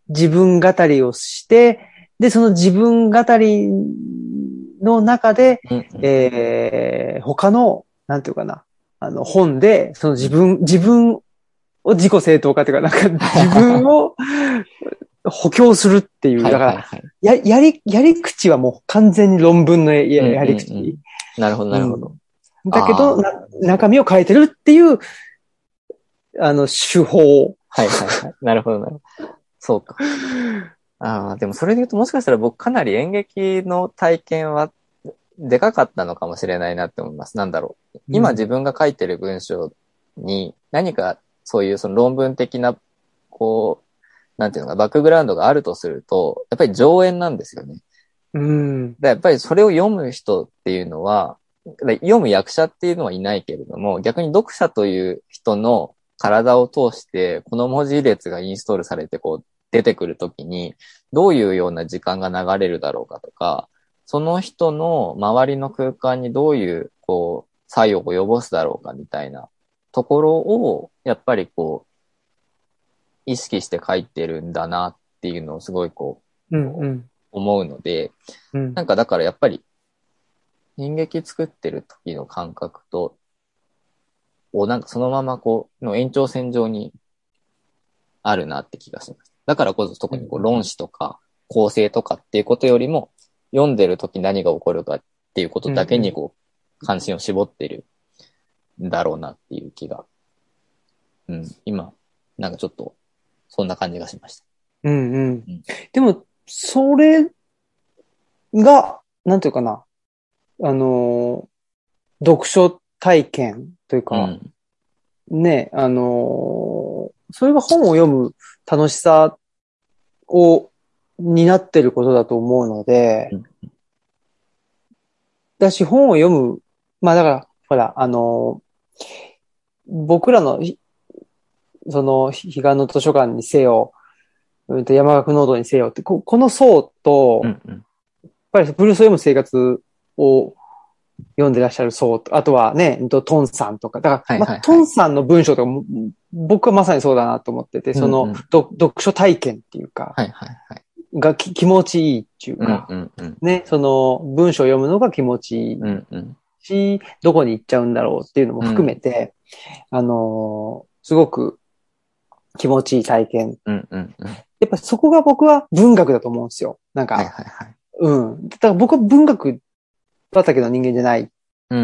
自分語りをして、で、その自分語りの中で、うんうん、えー、他の、なんていうかな、あの、本で、その自分、自分を自己正当化というか、なんか自分を補強するっていう、だから、や、やり、やり口はもう完全に論文のや、やり口、うんうんうん。 なるほど、なるほど。 うん、だけどな、中身を変えてるっていう、あの、手法。 はいはいはい。なるほど、なるほど。そうか。ああ、でもそれで言うともしかしたら僕かなり演劇の体験はでかかったのかもしれないなって思います。なんだろう。今自分が書いてる文章に何かそういうその論文的な、こう、なんていうのか、バックグラウンドがあるとすると、やっぱり上演なんですよね。 うん。 やっぱりそれを読む人っていうのは、読む役者っていうのはいないけれども、逆に読者という人の体を通して、この文字列がインストールされてこう出てくるときに、どういうような時間が流れるだろうかとか、その人の周りの空間にどういう、こう、作用を及ぼすだろうかみたいなところを、やっぱりこう、意識して書いてるんだなっていうのをすごいこう、うんうん、 思うので、うん、なんかだからやっぱり、演劇作ってる時の感覚と、をなんかそのままこう、の延長線上にあるなって気がします。だからこそ特にこう論旨とか構成とかっていうことよりも、読んでる時何が起こるかっていうことだけにこう、関心を絞ってるんだろうなっていう気が。うん、今、なんかちょっと、そんな感じがしました。 うんうん。うん、でも、それが、なんていうかな、あの、読書体験というか、うん、ね、あの、それが本を読む楽しさを、になってることだと思うので、うん、だし本を読む、まあだから、ほら、あの、僕らの、その、彼岸の図書館にせよ、山岳ノートにせよって、こ, この層と、うんうん、やっぱりブルースを読む生活を読んでらっしゃる層と、あとはね、トンさんとか、だから、はいはいはい、まあ、トンさんの文章とかも、僕はまさにそうだなと思ってて、その、うんうん、読書体験っていうか、はいはいはい、がき気持ちいいっていうか、うんうんうん、ね、その文章を読むのが気持ちいいし、うんうん、どこに行っちゃうんだろうっていうのも含めて、うん、あのー、すごく気持ちいい体験。うんうんうん、やっぱそこが僕は文学だと思うんですよ。なんか、はいはいはい、うん。だから僕は文学畑の人間じゃない。うん、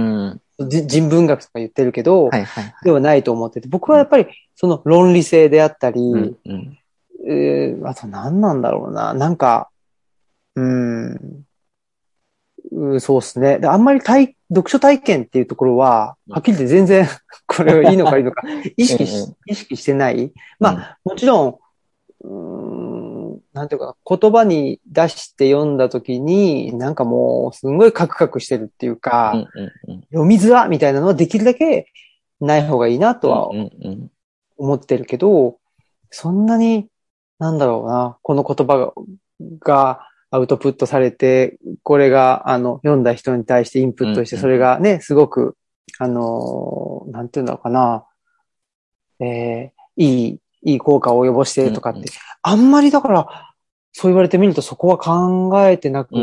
人文学とか言ってるけど、はいはいはい、ではないと思ってて、僕はやっぱりその論理性であったり、うんうんえー、あと何なんだろうな。なんか、うーん、うそうですね。であんまり体読書体験っていうところは、はっきり言って全然、これはいいのかいいのか、意識し、意識してない。まあ、もちろん、うーん、なんていうか、言葉に出して読んだときに、なんかもう、すんごいカクカクしてるっていうか、うんうんうん、読みづらみたいなのはできるだけない方がいいなとは思ってるけど、そんなに、なんだろうな、この言葉が、がアウトプットされて、これが、あの、読んだ人に対してインプットして、それがね、すごく、あの、なんていうんだろうかな、えー、いい、いい効果を及ぼしてとかって、うんうん、あんまりだから、そう言われてみるとそこは考えてなく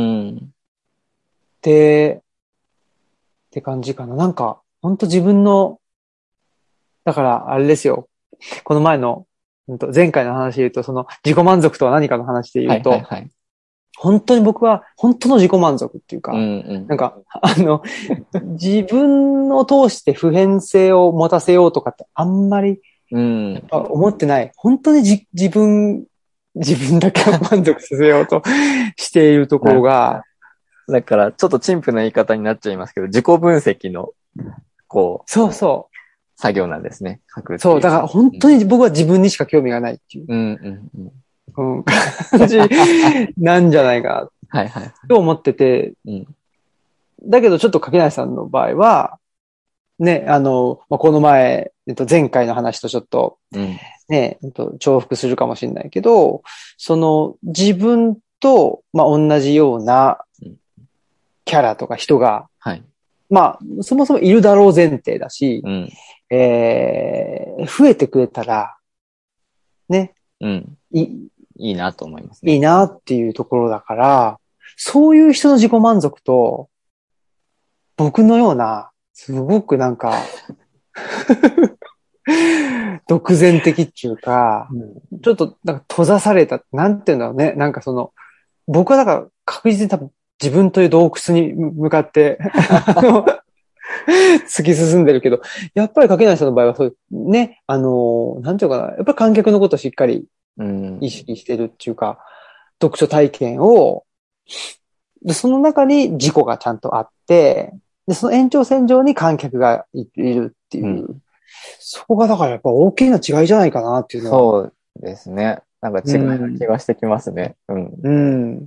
て、うん、って感じかな。なんか、ほんと自分の、だからあれですよ。この前の、前回の話で言うと、その自己満足とは何かの話で言うと、はいはいはい、本当に僕は本当の自己満足っていうか、うんうん、なんか、あの、自分を通して普遍性を持たせようとかってあんまり、うん、思ってない。本当にじ自分、自分だけを満足させようとしているところが。 だから、ちょっと陳腐な言い方になっちゃいますけど、自己分析の、こう。 そうそう。 作業なんですね。 書くっていう。そう、だから本当に僕は自分にしか興味がないっていう。うんうんうん。うん、感じなんじゃないか。はいはい。と思ってて。うん、だけどちょっと柿内さんの場合は、ね、あの、まあ、この前、えっと、前回の話とちょっと、ね、うんえっと、重複するかもしれないけど、その、自分と、まあ、同じような、キャラとか人が、はい、まあ、そもそもいるだろう前提だし、うん、えー、増えてくれたら、ね、うん、い、 いいなと思いますね。 いいなっていうところだから、そういう人の自己満足と、僕のような、すごくなんか、独善的っていうか、うん、ちょっとなんか閉ざされた、なんていうんだろうね。なんかその、僕はだから確実に多分自分という洞窟に向かって突き進んでるけど、やっぱり書けない人の場合はそういうね、あの、なんていうかな、やっぱり観客のことをしっかり意識してるっていうか、うん、読書体験を、でその中に自己がちゃんとあって、で、その延長線上に観客がいるっていう、うん、そこがだからやっぱ大きな違いじゃないかなっていうのは。 そうですね。なんか違いな気がしてきますね。うん。うん。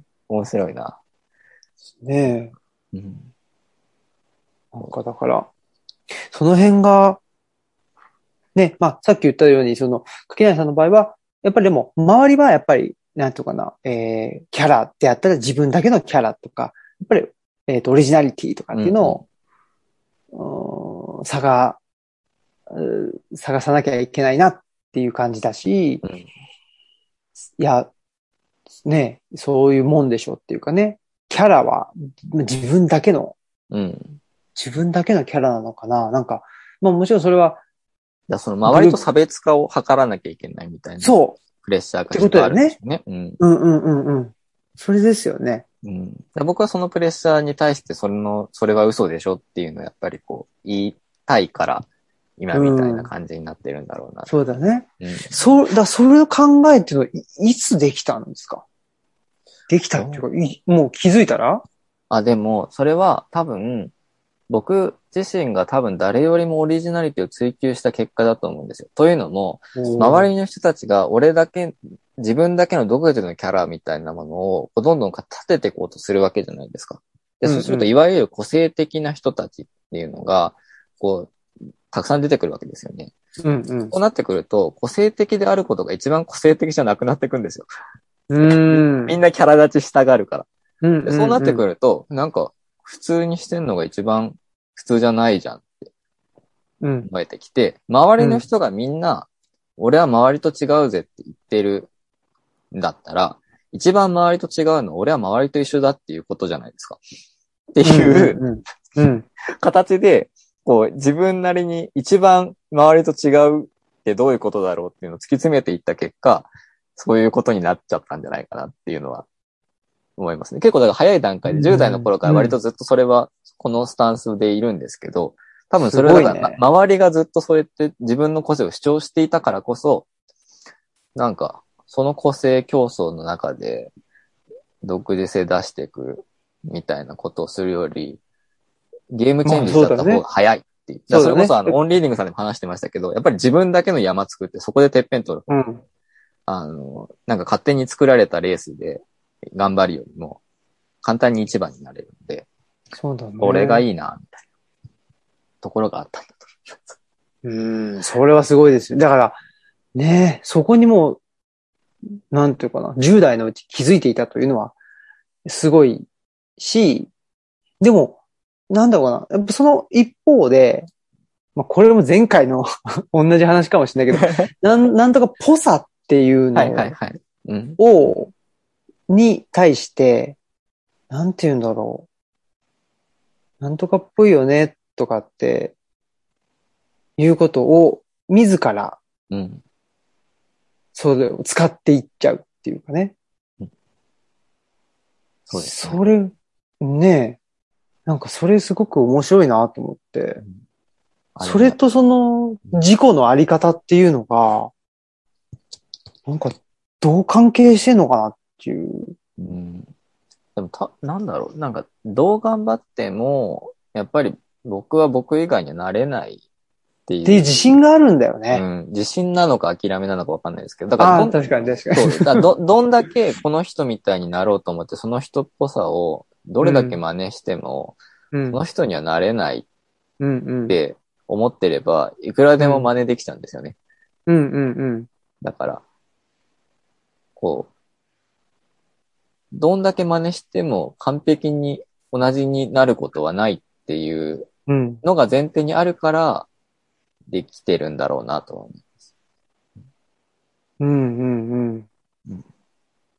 面白いな。 ねえ。うん。なんかだから、その辺が、ね、まあさっき言ったように、その、柿内さんの場合は、やっぱりでも、周りはやっぱり、なんとかな、えー、キャラってやったら自分だけのキャラとか、やっぱり、えっと、オリジナリティとかっていうのを、うんうん、差が、探さなきゃいけないなっていう感じだし、うん、いや、ね、そういうもんでしょっていうかね、キャラは自分だけの、うん、自分だけのキャラなのかな。なんか、まあもちろんそれは、 だその周りと差別化を図らなきゃいけないみたいな。 そう。 プレッシャーがちょっとあるんですよね。 うん。うんうんうんうん。それですよね。 うん、僕はそのプレッシャーに対してそれの、それは嘘でしょっていうのをやっぱりこう言いたいから、今みたいな感じになってるんだろうな、うん。 そうだね。うん、そう、だそれを考えっていうのは い, いつできたんですか？できたっていうか、いもう気づいたら？ あ、でも、それは多分、僕自身が多分誰よりもオリジナリティを追求した結果だと思うんですよ。というのも、周りの人たちが俺だけ、自分だけの独自のキャラみたいなものをどんどん立てていこうとするわけじゃないですか。で、そうすると、いわゆる個性的な人たちっていうのが、こう、たくさん出てくるわけですよね。うんうん、そうなってくると、個性的であることが一番個性的じゃなくなっていくんですよ。うんみんなキャラ立ちしたがるから。うんうんうん、でそうなってくると、なんか、普通にしてんのが一番普通じゃないじゃんって思えてきて、うん、周りの人がみんな、俺は周りと違うぜって言ってるんだったら、一番周りと違うの俺は周りと一緒だっていうことじゃないですか。っていう、うんうんうん、形で、こう自分なりに一番周りと違うってどういうことだろうっていうのを突き詰めていった結果、そういうことになっちゃったんじゃないかなっていうのは思いますね。結構だから早い段階でじゅう代の頃から割とずっとそれはこのスタンスでいるんですけど、多分それはだから、ね、周りがずっとそうやって自分の個性を主張していたからこそ、なんかその個性競争の中で独自性出していくみたいなことをするより、ゲームチェンジしちゃった方が早いっていう。まあ、そ, うだね、それこそあの、オンリーディングさんでも話してましたけど、やっぱり自分だけの山作ってそこでてっぺん取る。うん、あの、なんか勝手に作られたレースで頑張るよりも簡単に一番になれるので、 そうだね。 これがいいな、みたいなところがあったんだと思います。 うん、それはすごいですよ。だから、ねそこにもう、なんていうかな、じゅう代のうち気づいていたというのは、すごいし、でも、なんだろうな、やっぱその一方で、まあ、これも前回の同じ話かもしれないけど、なん、なんとかぽさっていうのを、はいはいはい。うん、を、に対して、なんて言うんだろう。なんとかっぽいよね、とかって、いうことを、自ら、うん。それを使っていっちゃうっていうかね。うん、そうですね。それ、ねなんかそれすごく面白いなと思って。うん、それとその、自己のあり方っていうのが、なんか、どう関係してんのかなっていう。 うん、でもた、なんだろう。なんか、どう頑張っても、やっぱり僕は僕以外にはなれないっていう。 っていう自信があるんだよね。 うん。自信なのか諦めなのかわかんないですけど。 だからああ、確かに確かに。 そう。だど、どんだけこの人みたいになろうと思って、その人っぽさをどれだけ真似しても、うん、その人にはなれないって思ってれば、いくらでも真似できちゃうんですよね。 うんうんうん。 だから、こう、どんだけ真似しても完璧に同じになることはないっていうのが前提にあるからできてるんだろうなと思います。 うんうんうん。うん、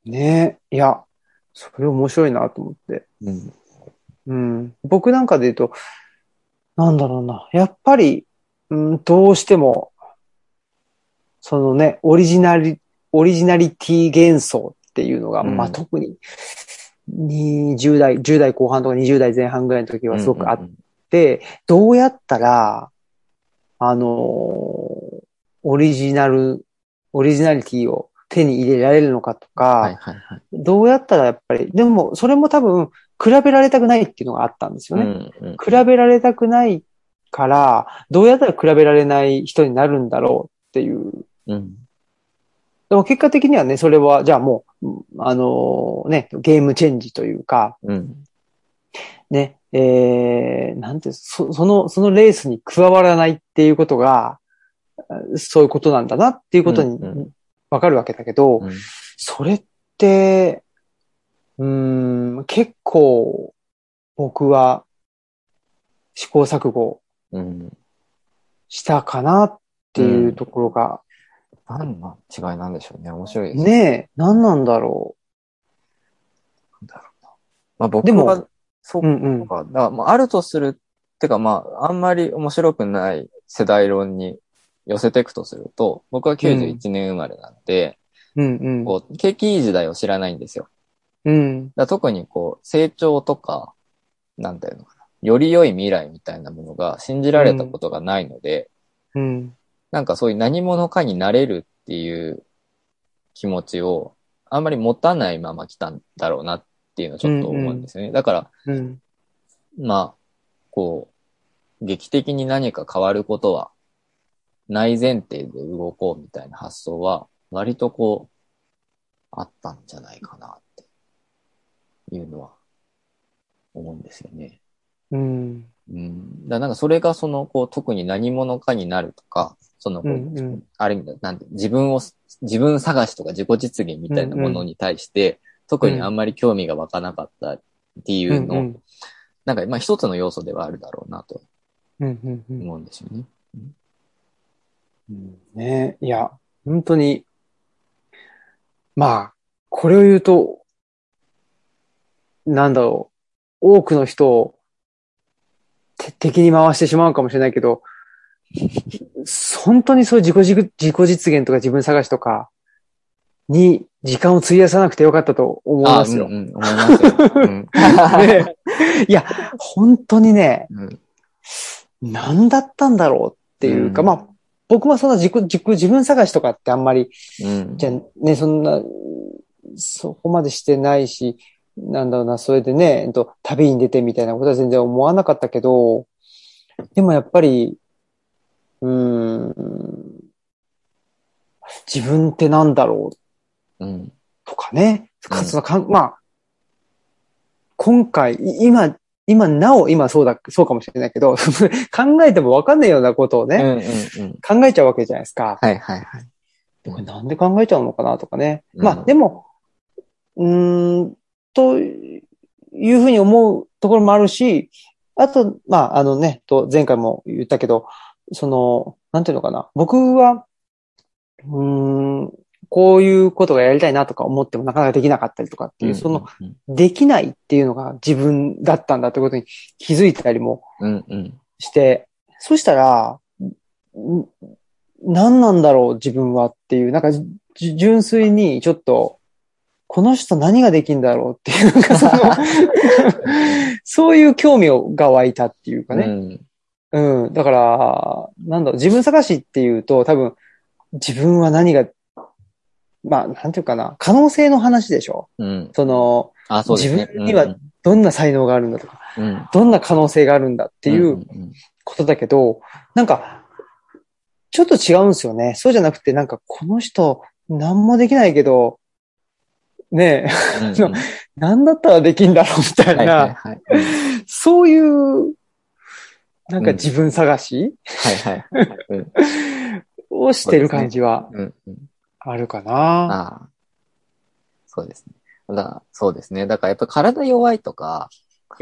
ねえ、いや、それ面白いなと思って。うん。うん。僕なんかで言うと、なんだろうな。やっぱり、うん、どうしても、そのね、オリジナリ、オリジナリティ幻想っていうのが、うん、まあ特に、にじゅう代、じゅう代後半とかにじゅう代前半ぐらいの時はすごくあって、うんうんうん、どうやったら、あのー、オリジナル、オリジナリティを手に入れられるのかとか、はいはいはい、どうやったらやっぱり、でもそれも多分比べられたくないっていうのがあったんですよね。うんうん、比べられたくないから、どうやったら比べられない人になるんだろうっていう。うん、でも結果的にはね、それは、じゃあもう、あのー、ね、ゲームチェンジというか、うん、ね、えー、なんてそ、その、そのレースに加わらないっていうことが、そういうことなんだなっていうことにわかるわけだけど、うんうん、それって、うーん、結構僕は試行錯誤したかなっていうところが。 うん、何の違いなんでしょうね。面白いですね。ねえ、何なんだろう。なんだろうな。まあ僕は、そうか、うんうん、だからまああるとするってかまああんまり面白くない世代論に寄せていくとすると、僕はきゅうじゅういちねん生まれなんで、うんうん、こう景気いい時代を知らないんですよ。うん、だ特にこう成長とか、なんていうのかな、より良い未来みたいなものが信じられたことがないので、うん、なんかそういう何者かになれるっていう気持ちをあんまり持たないまま来たんだろうなっていうのをちょっと思うんですよね。うんうん、だから、うん、まあ、こう、劇的に何か変わることはない前提で動こうみたいな発想は割とこう、あったんじゃないかなっていうのは思うんですよね。うん。うん。だなんかそれがその、こう、特に何者かになるとか、そのこう、うんうん、ある意味で、なんて、自分を、自分探しとか自己実現みたいなものに対して、うんうん、特にあんまり興味が湧かなかったっていうの、うんうん、なんか、まあ一つの要素ではあるだろうなと、思うんですよね。うんうんうん、ねえ、いや、本当に、まあ、これを言うと、なんだろう、多くの人を敵に回してしまうかもしれないけど、本当にそういう自己自己実現とか自分探しとかに時間を費やさなくてよかったと思いますよ。うんうん、思いますよ。うん、ね、いや、本当にね、うん、何だったんだろうっていうか、うん、まあ、僕もそんな自己、自己、自分探しとかってあんまり、うん、じゃね、そんな、そこまでしてないし、なんだろうな、それでね、えっと、旅に出てみたいなことは全然思わなかったけど、でもやっぱり、うーん、自分ってなんだろう、うん、とかね、かつ、かん、まあ、今回、今、今なお、今そうだ、そうかもしれないけど、考えてもわかんないようなことをね、うんうんうん、考えちゃうわけじゃないですか。はいはいはい。これなんで考えちゃうのかなとかね。うん、まあ、でも、うーん、というふうに思うところもあるし、あと、まあ、あのね、と、前回も言ったけど、その、なんていうのかな。僕は、うーん、こういうことがやりたいなとか思ってもなかなかできなかったりとかっていう、その、できないっていうのが自分だったんだってことに気づいたりもして、そしたら、何なんだろう自分はっていう、なんか純粋にちょっと、この人何ができんだろうっていう、そのそういう興味が湧いたっていうかね。うん、うん。だから、なんだろう、自分探しっていうと多分、自分は何が、まあ、なんていうかな、可能性の話でしょ。うん、その、あ、そうですね、自分にはどんな才能があるんだとか、うん、どんな可能性があるんだっていうことだけど、なんか、ちょっと違うんですよね。そうじゃなくて、なんか、この人、何もできないけど、ねえ、うんうん、何だったらできんだろうみたいな、はいはいはいうん、そういう、なんか自分探し、うん、はいはい、うん、をしてる感じはあるかな。ああそうですね。だそうですね。だからやっぱ体弱いとか、うん。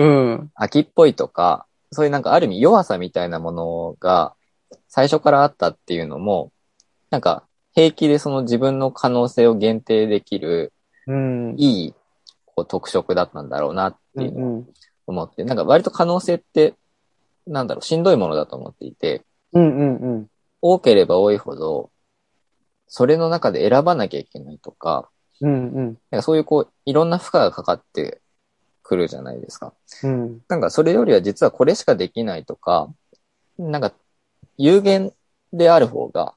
秋っぽいとか、そういうなんかある意味弱さみたいなものが最初からあったっていうのも、なんか平気でその自分の可能性を限定できる、 うん、 いいこう特色だったんだろうなっていうのを思って、うんうん、なんか割と可能性って、なんだろう、しんどいものだと思っていて、 うんうんうん、 多ければ多いほど、それの中で選ばなきゃいけないとか、 うんうん、 なんかそういうこう、いろんな負荷がかかってくるじゃないですか。 うん、 なんかそれよりは実はこれしかできないとか、なんか有限である方が、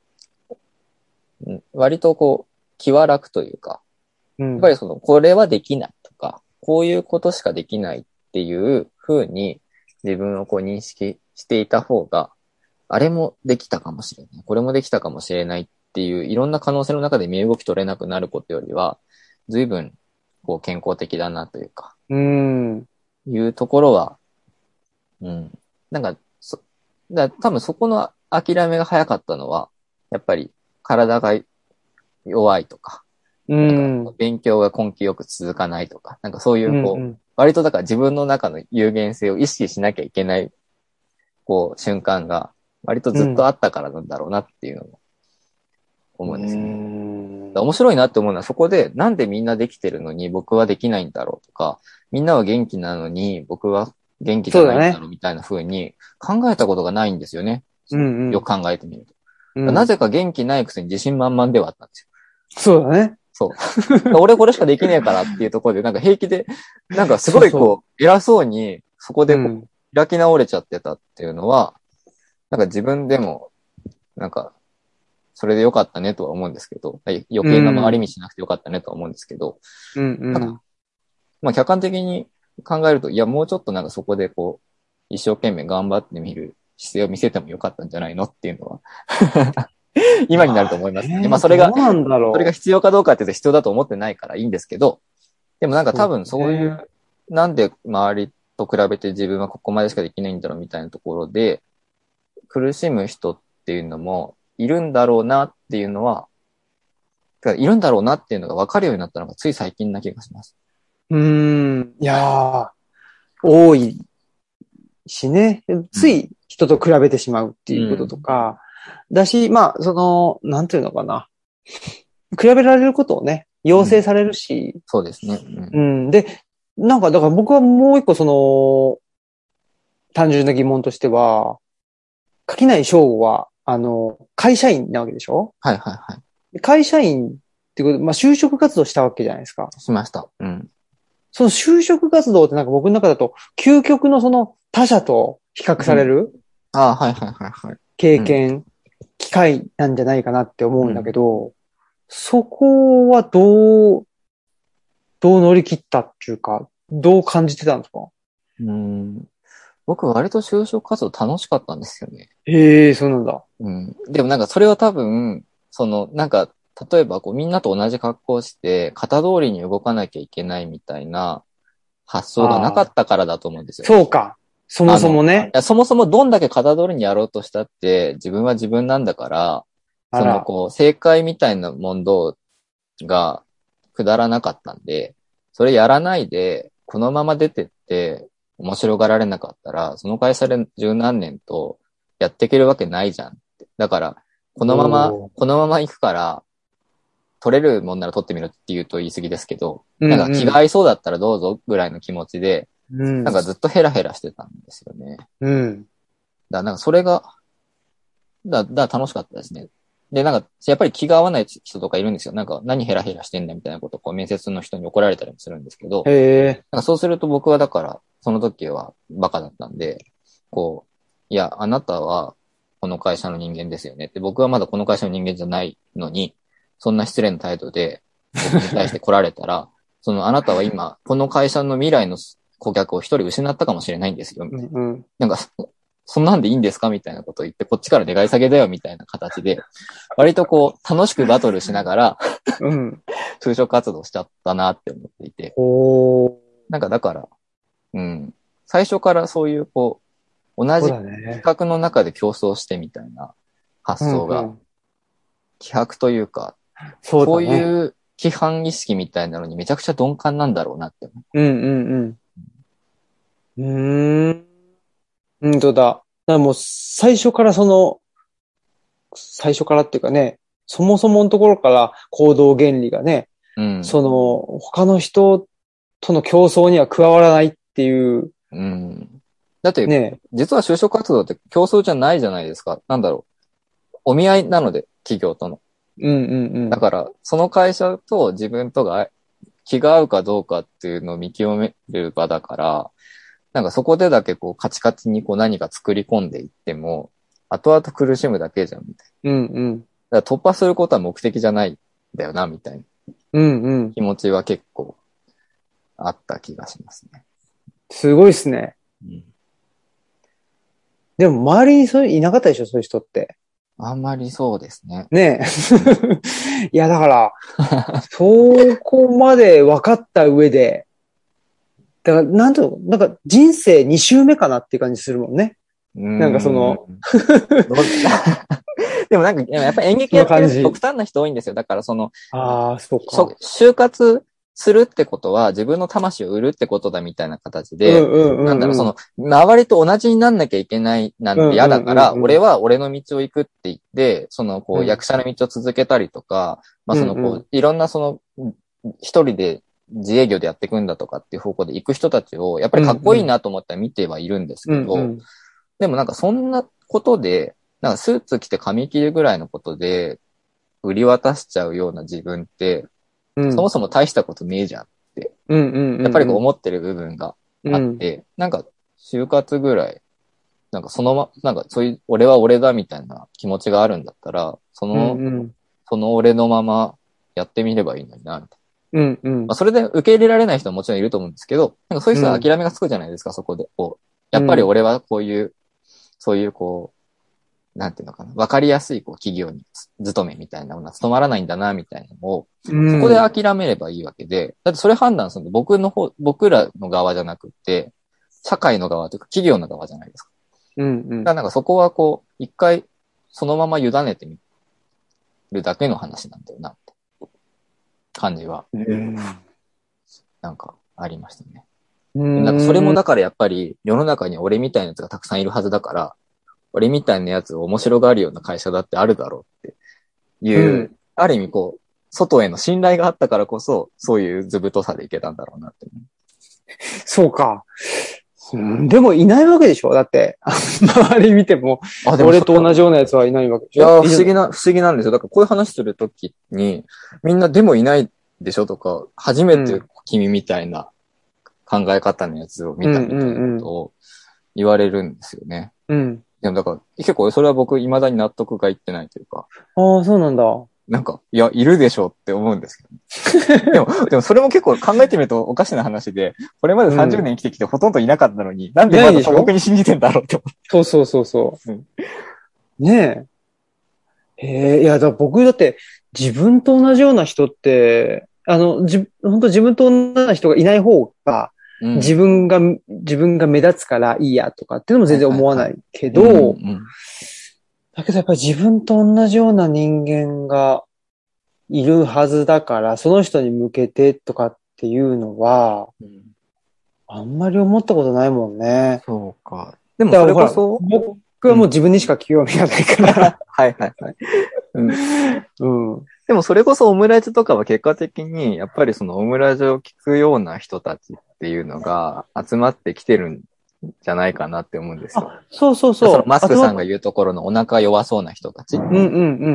割とこう、気は楽というか、 うん、 やっぱりその、これはできないとか、こういうことしかできないっていう風に自分をこう認識していた方が、あれもできたかもしれない。これもできたかもしれないっていういろんな可能性の中で身動き取れなくなることよりは、随分こう健康的だなというか、 うん、 いうところは、うん。なんか、そ、だ多分そこの諦めが早かったのは、やっぱり体が弱いとか、 うなんかん、 勉強が根気よく続かないとか、なんかそういうこう、 うん、 割とだから自分の中の有限性を意識しなきゃいけない、こう、瞬間が、割とずっとあったからなんだろうなっていうのも思うんですよね。面白いなって思うのはそこで、なんでみんなできてるのに僕はできないんだろうとか、みんなは元気なのに僕は元気じゃないんだろうみたいな風に考えたことがないんですよね。 うんうん、 よく考えてみると。 うん、 なぜか元気ないくせに自信満々ではあったんですよ。 そうだね。 そう。俺これしかできねえからっていうところで、なんか平気で、なんかすごいこう、そうそう偉そうに、そこでこう、うん、開き直れちゃってたっていうのは、なんか自分でも、なんか、それでよかったねとは思うんですけど、余計な回り道しなくてよかったねとは思うんですけど、 うんうん、 なんかまあ客観的に考えると、いや、もうちょっとなんかそこでこう、一生懸命頑張ってみる姿勢を見せてもよかったんじゃないのっていうのは、今になると思いますね。まあそれが、それが必要かどうかって言うと必要だと思ってないからいいんですけど、でもなんか多分そういう、なんで周りと比べて自分はここまでしかできないんだろうみたいなところで、苦しむ人っていうのもいるんだろうなっていうのは、いるんだろうなっていうのが分かるようになったのがつい最近な気がします。 うーん。いやー、多いしね。つい人と比べてしまうっていうこととか、うん、だし、まあ、その、なんていうのかな。比べられることをね、要請されるし。 うん、そうですね、 うん。うん。で、なんか、だから僕はもう一個その、単純な疑問としては、垣内翔吾は、あの、会社員なわけでしょ？ はいはいはい。 会社員ってこと、まあ、就職活動したわけじゃないですか。 しました。うん。 その就職活動ってなんか僕の中だと、究極のその他者と比較される、うん、 ああ、はいはいはいはい。 経験、うん、機会なんじゃないかなって思うんだけど、うん、そこはどう、どう乗り切ったっていうか、どう感じてたんですか？ うん。僕割と就職活動楽しかったんですよね。 へえ、そうなんだ。 うん。でもなんかそれは多分、その、なんか、例えばこうみんなと同じ格好をして、型通りに動かなきゃいけないみたいな発想がなかったからだと思うんですよ。 そうか。そもそもね。 いやそもそもどんだけ型通りにやろうとしたって、自分は自分なんだから、そのこう、正解みたいな問答がくだらなかったんで、それやらないで、このまま出てって、面白がられなかったら、その会社で十何年とやっていけるわけないじゃんって。だから、このまま、このまま行くから、取れるもんなら取ってみるって言うと言い過ぎですけど、うんうん、なんか気が合いそうだったらどうぞぐらいの気持ちで、うん、なんかずっとヘラヘラしてたんですよね。 うん。 だなんかそれが、だ、だ楽しかったですね。で、なんか、やっぱり気が合わない人とかいるんですよ。なんか、何ヘラヘラしてんだみたいなことを、こう、面接の人に怒られたりもするんですけど、 へなんかそうすると僕はだから、その時はバカだったんで、こう、いや、あなたはこの会社の人間ですよねって、僕はまだこの会社の人間じゃないのに、そんな失礼な態度で僕に対して来られたら、そのあなたは今、この会社の未来の顧客を一人失ったかもしれないんですよ、みたいな。うん、なんか、そんなんでいいんですかみたいなことを言って、こっちから願い下げだよみたいな形で、割とこう、楽しくバトルしながら、うん、就職活動しちゃったなって思っていて。 おなんかだから、うん、最初からそういうこう、同じ企画の中で競争してみたいな発想が、希薄というか、 そうだね、 こういう規範意識みたいなのにめちゃくちゃ鈍感なんだろうなって思う。うんうんうん。うーん。本当だ。だからもう最初からその、最初からっていうかね、そもそものところから行動原理がね、 うん、その、他の人との競争には加わらないっていう。 うん。だって、ね、実は就職活動って競争じゃないじゃないですか。なんだろう。お見合いなので、企業との。 うんうんうん。 だから、その会社と自分とが気が合うかどうかっていうのを見極める場だから、なんかそこでだけこうカチカチにこう何か作り込んでいっても、後々苦しむだけじゃん、みたいな。うんうん。 だから突破することは目的じゃないんだよな、みたいな。 うんうん。 気持ちは結構あった気がしますね。 すごいっすね。うん、でも周りにそういういなかったでしょ、そういう人って。 あんまりそうですね。 ねえ。いや、だから、そこまで分かった上で、だから、なんと、なんか人生に周目かなっていう感じするもんね。んなんかその、 でもなんか、やっぱり演劇やってる極端な人多いんですよ。だからその、 ああ、そうか。 就活するってことは自分の魂を売るってことだみたいな形で、なんだろう、その、周りと同じになんなきゃいけないなんて嫌だから、俺は俺の道を行くって言って、その、こう、役者の道を続けたりとか、まあその、こう、いろんなその、一人で自営業でやっていくんだとかっていう方向で行く人たちを、やっぱりかっこいいなと思って見てはいるんですけど、でもなんかそんなことで、なんかスーツ着て髪切るぐらいのことで、売り渡しちゃうような自分って、うん、そもそも大したことねえじゃんって、 うんうんうんうん、 やっぱりこう思ってる部分があって、うん、なんか就活ぐらい、なんかそのま、なんかそういう、俺は俺だみたいな気持ちがあるんだったら、その、うんうん、その俺のままやってみればいいのにな、みたいな。うんうんまあ、それで受け入れられない人ももちろんいると思うんですけど、なんかそういう人は諦めがつくじゃないですか、うん、そこで。こうやっぱり俺はこういう、そういうこう、なんていうのかな。わかりやすい、こう、企業に勤めみたいなものは務まらないんだな、みたいなのを、うん、そこで諦めればいいわけで、だってそれ判断するの僕の方、僕らの側じゃなくて、社会の側というか企業の側じゃないですか。うんうん。だからなんかそこはこう、一回、そのまま委ねてみるだけの話なんだよな、って感じは、うん、なんかありましたね。うん、なんかそれもだからやっぱり世の中に俺みたいなやつがたくさんいるはずだから、俺みたいなやつを面白がるような会社だってあるだろうっていう、うん、ある意味こう、外への信頼があったからこそ、そういう図太さでいけたんだろうなって。 そうか。うん、でもいないわけでしょだって、周り見ても、あでも俺と同じようなやつはいないわけでしょ。 いや、不思議な、不思議なんですよ。だからこういう話するときに、みんなでもいないでしょとか、初めて君みたいな考え方のやつを見たみたいなことを言われるんですよね。うん。でもだから、結構それは僕未だに納得がいってないというか。 ああ、そうなんだ。 なんか、いや、いるでしょって思うんですけど。でも、でもそれも結構考えてみるとおかしな話で、これまでさんじゅうねん生きてきてほとんどいなかったのに、うん、なんでまだ素朴に信じてんだろうって思って。 そうそうそうそう。うん、ねえ。へえ、いや、だ僕だって自分と同じような人って、あの、じ、本当自分と同じような人がいない方が、うん、自分が、自分が目立つからいいやとかっていうのも全然思わないけど、だけどやっぱり自分と同じような人間がいるはずだから、その人に向けてとかっていうのは、うん、あんまり思ったことないもんね。 そうか。でもそれこそ、 僕はもう自分にしか興味がないから。 はいはいはい。うん。うん。でもそれこそオムライスとかは結果的に、やっぱりそのオムライスを聞くような人たちっていうのが集まってきてるんじゃないかなって思うんですよ。 あ、そうそうそう。 そのマスクさんが言うところのお腹弱そうな人たち。うんうんうん。うん、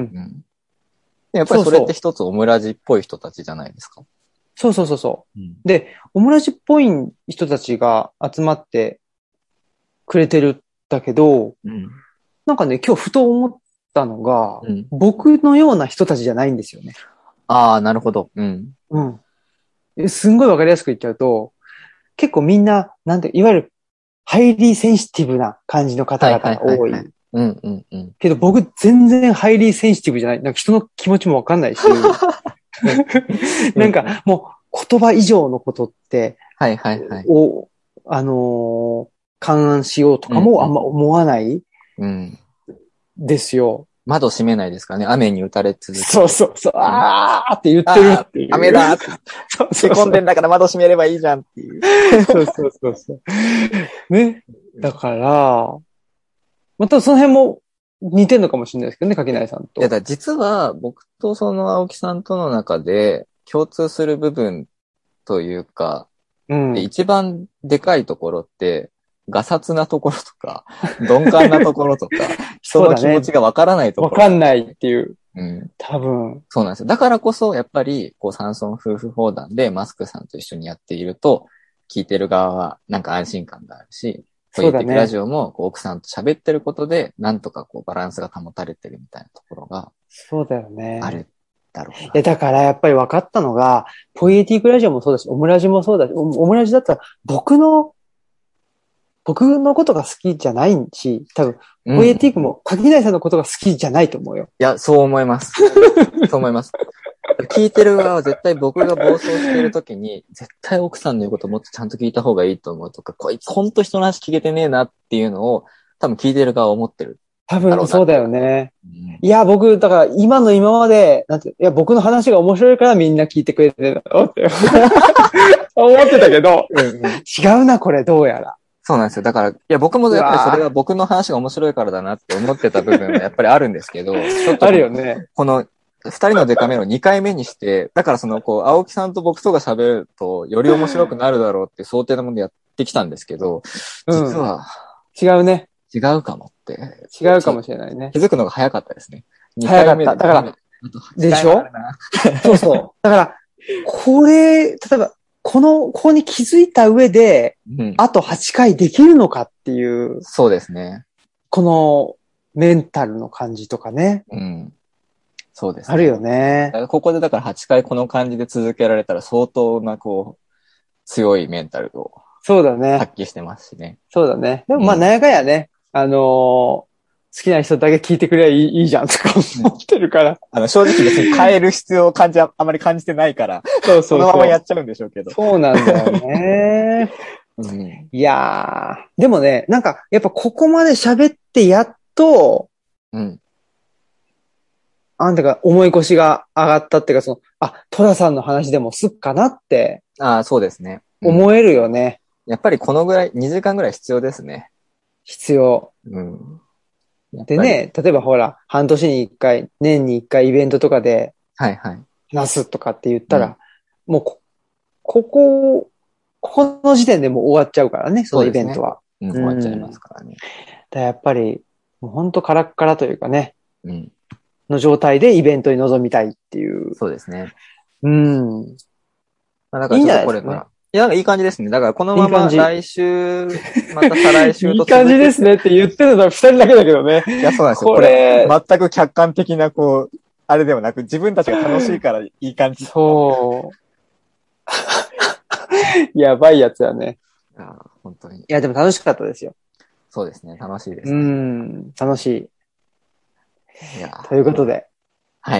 やっぱりそれって一つオムラジっぽい人たちじゃないですか。 そうそうそうそう。うん、で、オムラジっぽい人たちが集まってくれてるんだけど、うん、なんかね、今日ふと思ったのが、うん、僕のような人たちじゃないんですよね。 ああ、なるほど。うん。 うん。すんごいわかりやすく言っちゃうと、結構みんな、なんて、いわゆる、ハイリーセンシティブな感じの方々が多い。 うんうんうん。 けど僕全然ハイリーセンシティブじゃない。なんか人の気持ちもわかんないし。なんかもう言葉以上のことって、 はいはいはい。 を、あのー、勘案しようとかもあんま思わない。うん。ですよ。 窓閉めないですかね。雨に打たれ続けて。 そうそうそう。あーって言ってるっていう。 雨だーって。そうそうそう。込んでんだから窓閉めればいいじゃんっていう。 そうそうそうそう。ね。だから、またその辺も似てんのかもしれないですけどね、柿内さんと。 いやだ実は僕とその青木さんとの中で、 共通する部分というか、 うん、 で一番でかいところって、ガサツなところとか、鈍感なところとか、人の気持ちがわからないところ。 わ、ね、かんないっていう。 うん。 多分。 そうなんですよ。だからこそ、やっぱり、こう、山村夫婦砲弾でマスクさんと一緒にやっていると、聞いてる側はなんか安心感があるし、ポイエティックラジオもこう奥さんと喋ってることで、なんとかこうバランスが保たれてるみたいなところが。 そうだよね。 あるだろうな。 いや、だからやっぱり分かったのが、ポイエティックラジオもそうだし、オムラジもそうだし、オムラジだったら僕の、僕のことが好きじゃないし、多分、ポイエティックも垣内さんのことが好きじゃないと思うよ。 いや、そう思います。そう思います。聞いてる側は絶対僕が暴走しているときに、絶対奥さんの言うこともっとちゃんと聞いた方がいいと思うとか、こいつほんと人の話聞けてねえなっていうのを、多分聞いてる側は思ってる。 多分そうだよね。うん、いや、僕、だから今の今まで、なんて、いや、僕の話が面白いからみんな聞いてくれてるんだろうって思ってたけど、うんうん、違うな、これ、どうやら。 そうなんですよ。だから、いや、僕もやっぱりそれは僕の話が面白いからだなって思ってた部分はやっぱりあるんですけど、ちょっとあるよね。 この、二人のデカメロにかいめにして、だからその、こう、青木さんと僕とが喋ると、より面白くなるだろうって想定のものでやってきたんですけど、実は、 うん、違うね。 違うかもって。 違うかもしれないね。 気づくのが早かったですね。 早かった。だから、でしょそうそう。だから、これ、例えば、この、ここに気づいた上で、うん、あとはちかいできるのかっていう。 そうですね。 この、メンタルの感じとかね。 うん。そうですね。あるよね。 ここでだからはちかいこの感じで続けられたら相当なこう、強いメンタルを。 そうだね。 発揮してますしね。 そうだね。でもまあ、なんやかんやね、うん、あのー、好きな人だけ聞いてくればいい、いいじゃんとか思ってるから。 あの、正直別に変える必要を感じ、あまり感じてないから、そうそうそう。そのままやっちゃうんでしょうけど。 そうなんだよね。うん、いやー、でもね、なんか、やっぱここまで喋ってやっと、うん。あんたが思い越しが上がったっていうか、その、あ、トラさんの話でもすっかなって。 ああ、そうですね。 思えるよね、 うん。やっぱりこのぐらい、にじかんぐらい必要ですね。 必要。うん。でね、例えばほら、半年に一回、年に一回イベントとかで、 はいはい。 話すとかって言ったら、うん、もうこ、ここ、ここの時点でもう終わっちゃうからね、そのイベントは。 うん、終わっちゃいますからね。 だやっぱり、もうほんとカラッカラというかね、 うん。 の状態でイベントに臨みたいっていう。 そうですね。 うん。 まあ、だからちょっとこれから。いいんじゃないですかね。いや、なんかいい感じですね。だからこのまま来週、また再来週といい感じですねって言ってるのは二人だけだけどね。 いや、そうなんですよ。これ、これ全く客観的な、こう、あれではなく、自分たちが楽しいからいい感じ。 そう。やばいやつだね。 いや、本当に。いや、でも楽しかったですよ。 そうですね。楽しいです、 ね。うん、楽しい。 いやということで。 はい。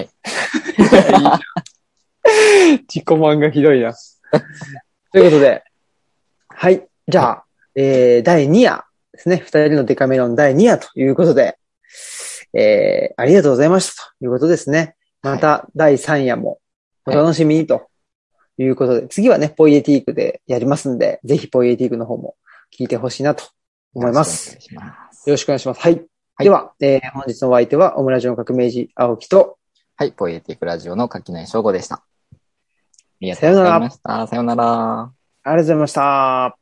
自己満がひどいな。ということで。はい。じゃあ、えー、だいに夜ですね。二人のデカメロンだいに夜ということで、えー、ありがとうございましたということですね。まただいさん夜もお楽しみにということで、はい、次はね、ポイエティークでやりますんで、ぜひポイエティークの方も聞いてほしいなと思います。よろしくお願いします。よろしくお願いします。はい。はい、では、えー、本日のお相手は、オムラジオの革命児、青木と、 はい、ポイエティークラジオの垣内翔吾でした。ありがとうございました。さようなら。 ありがとうございました。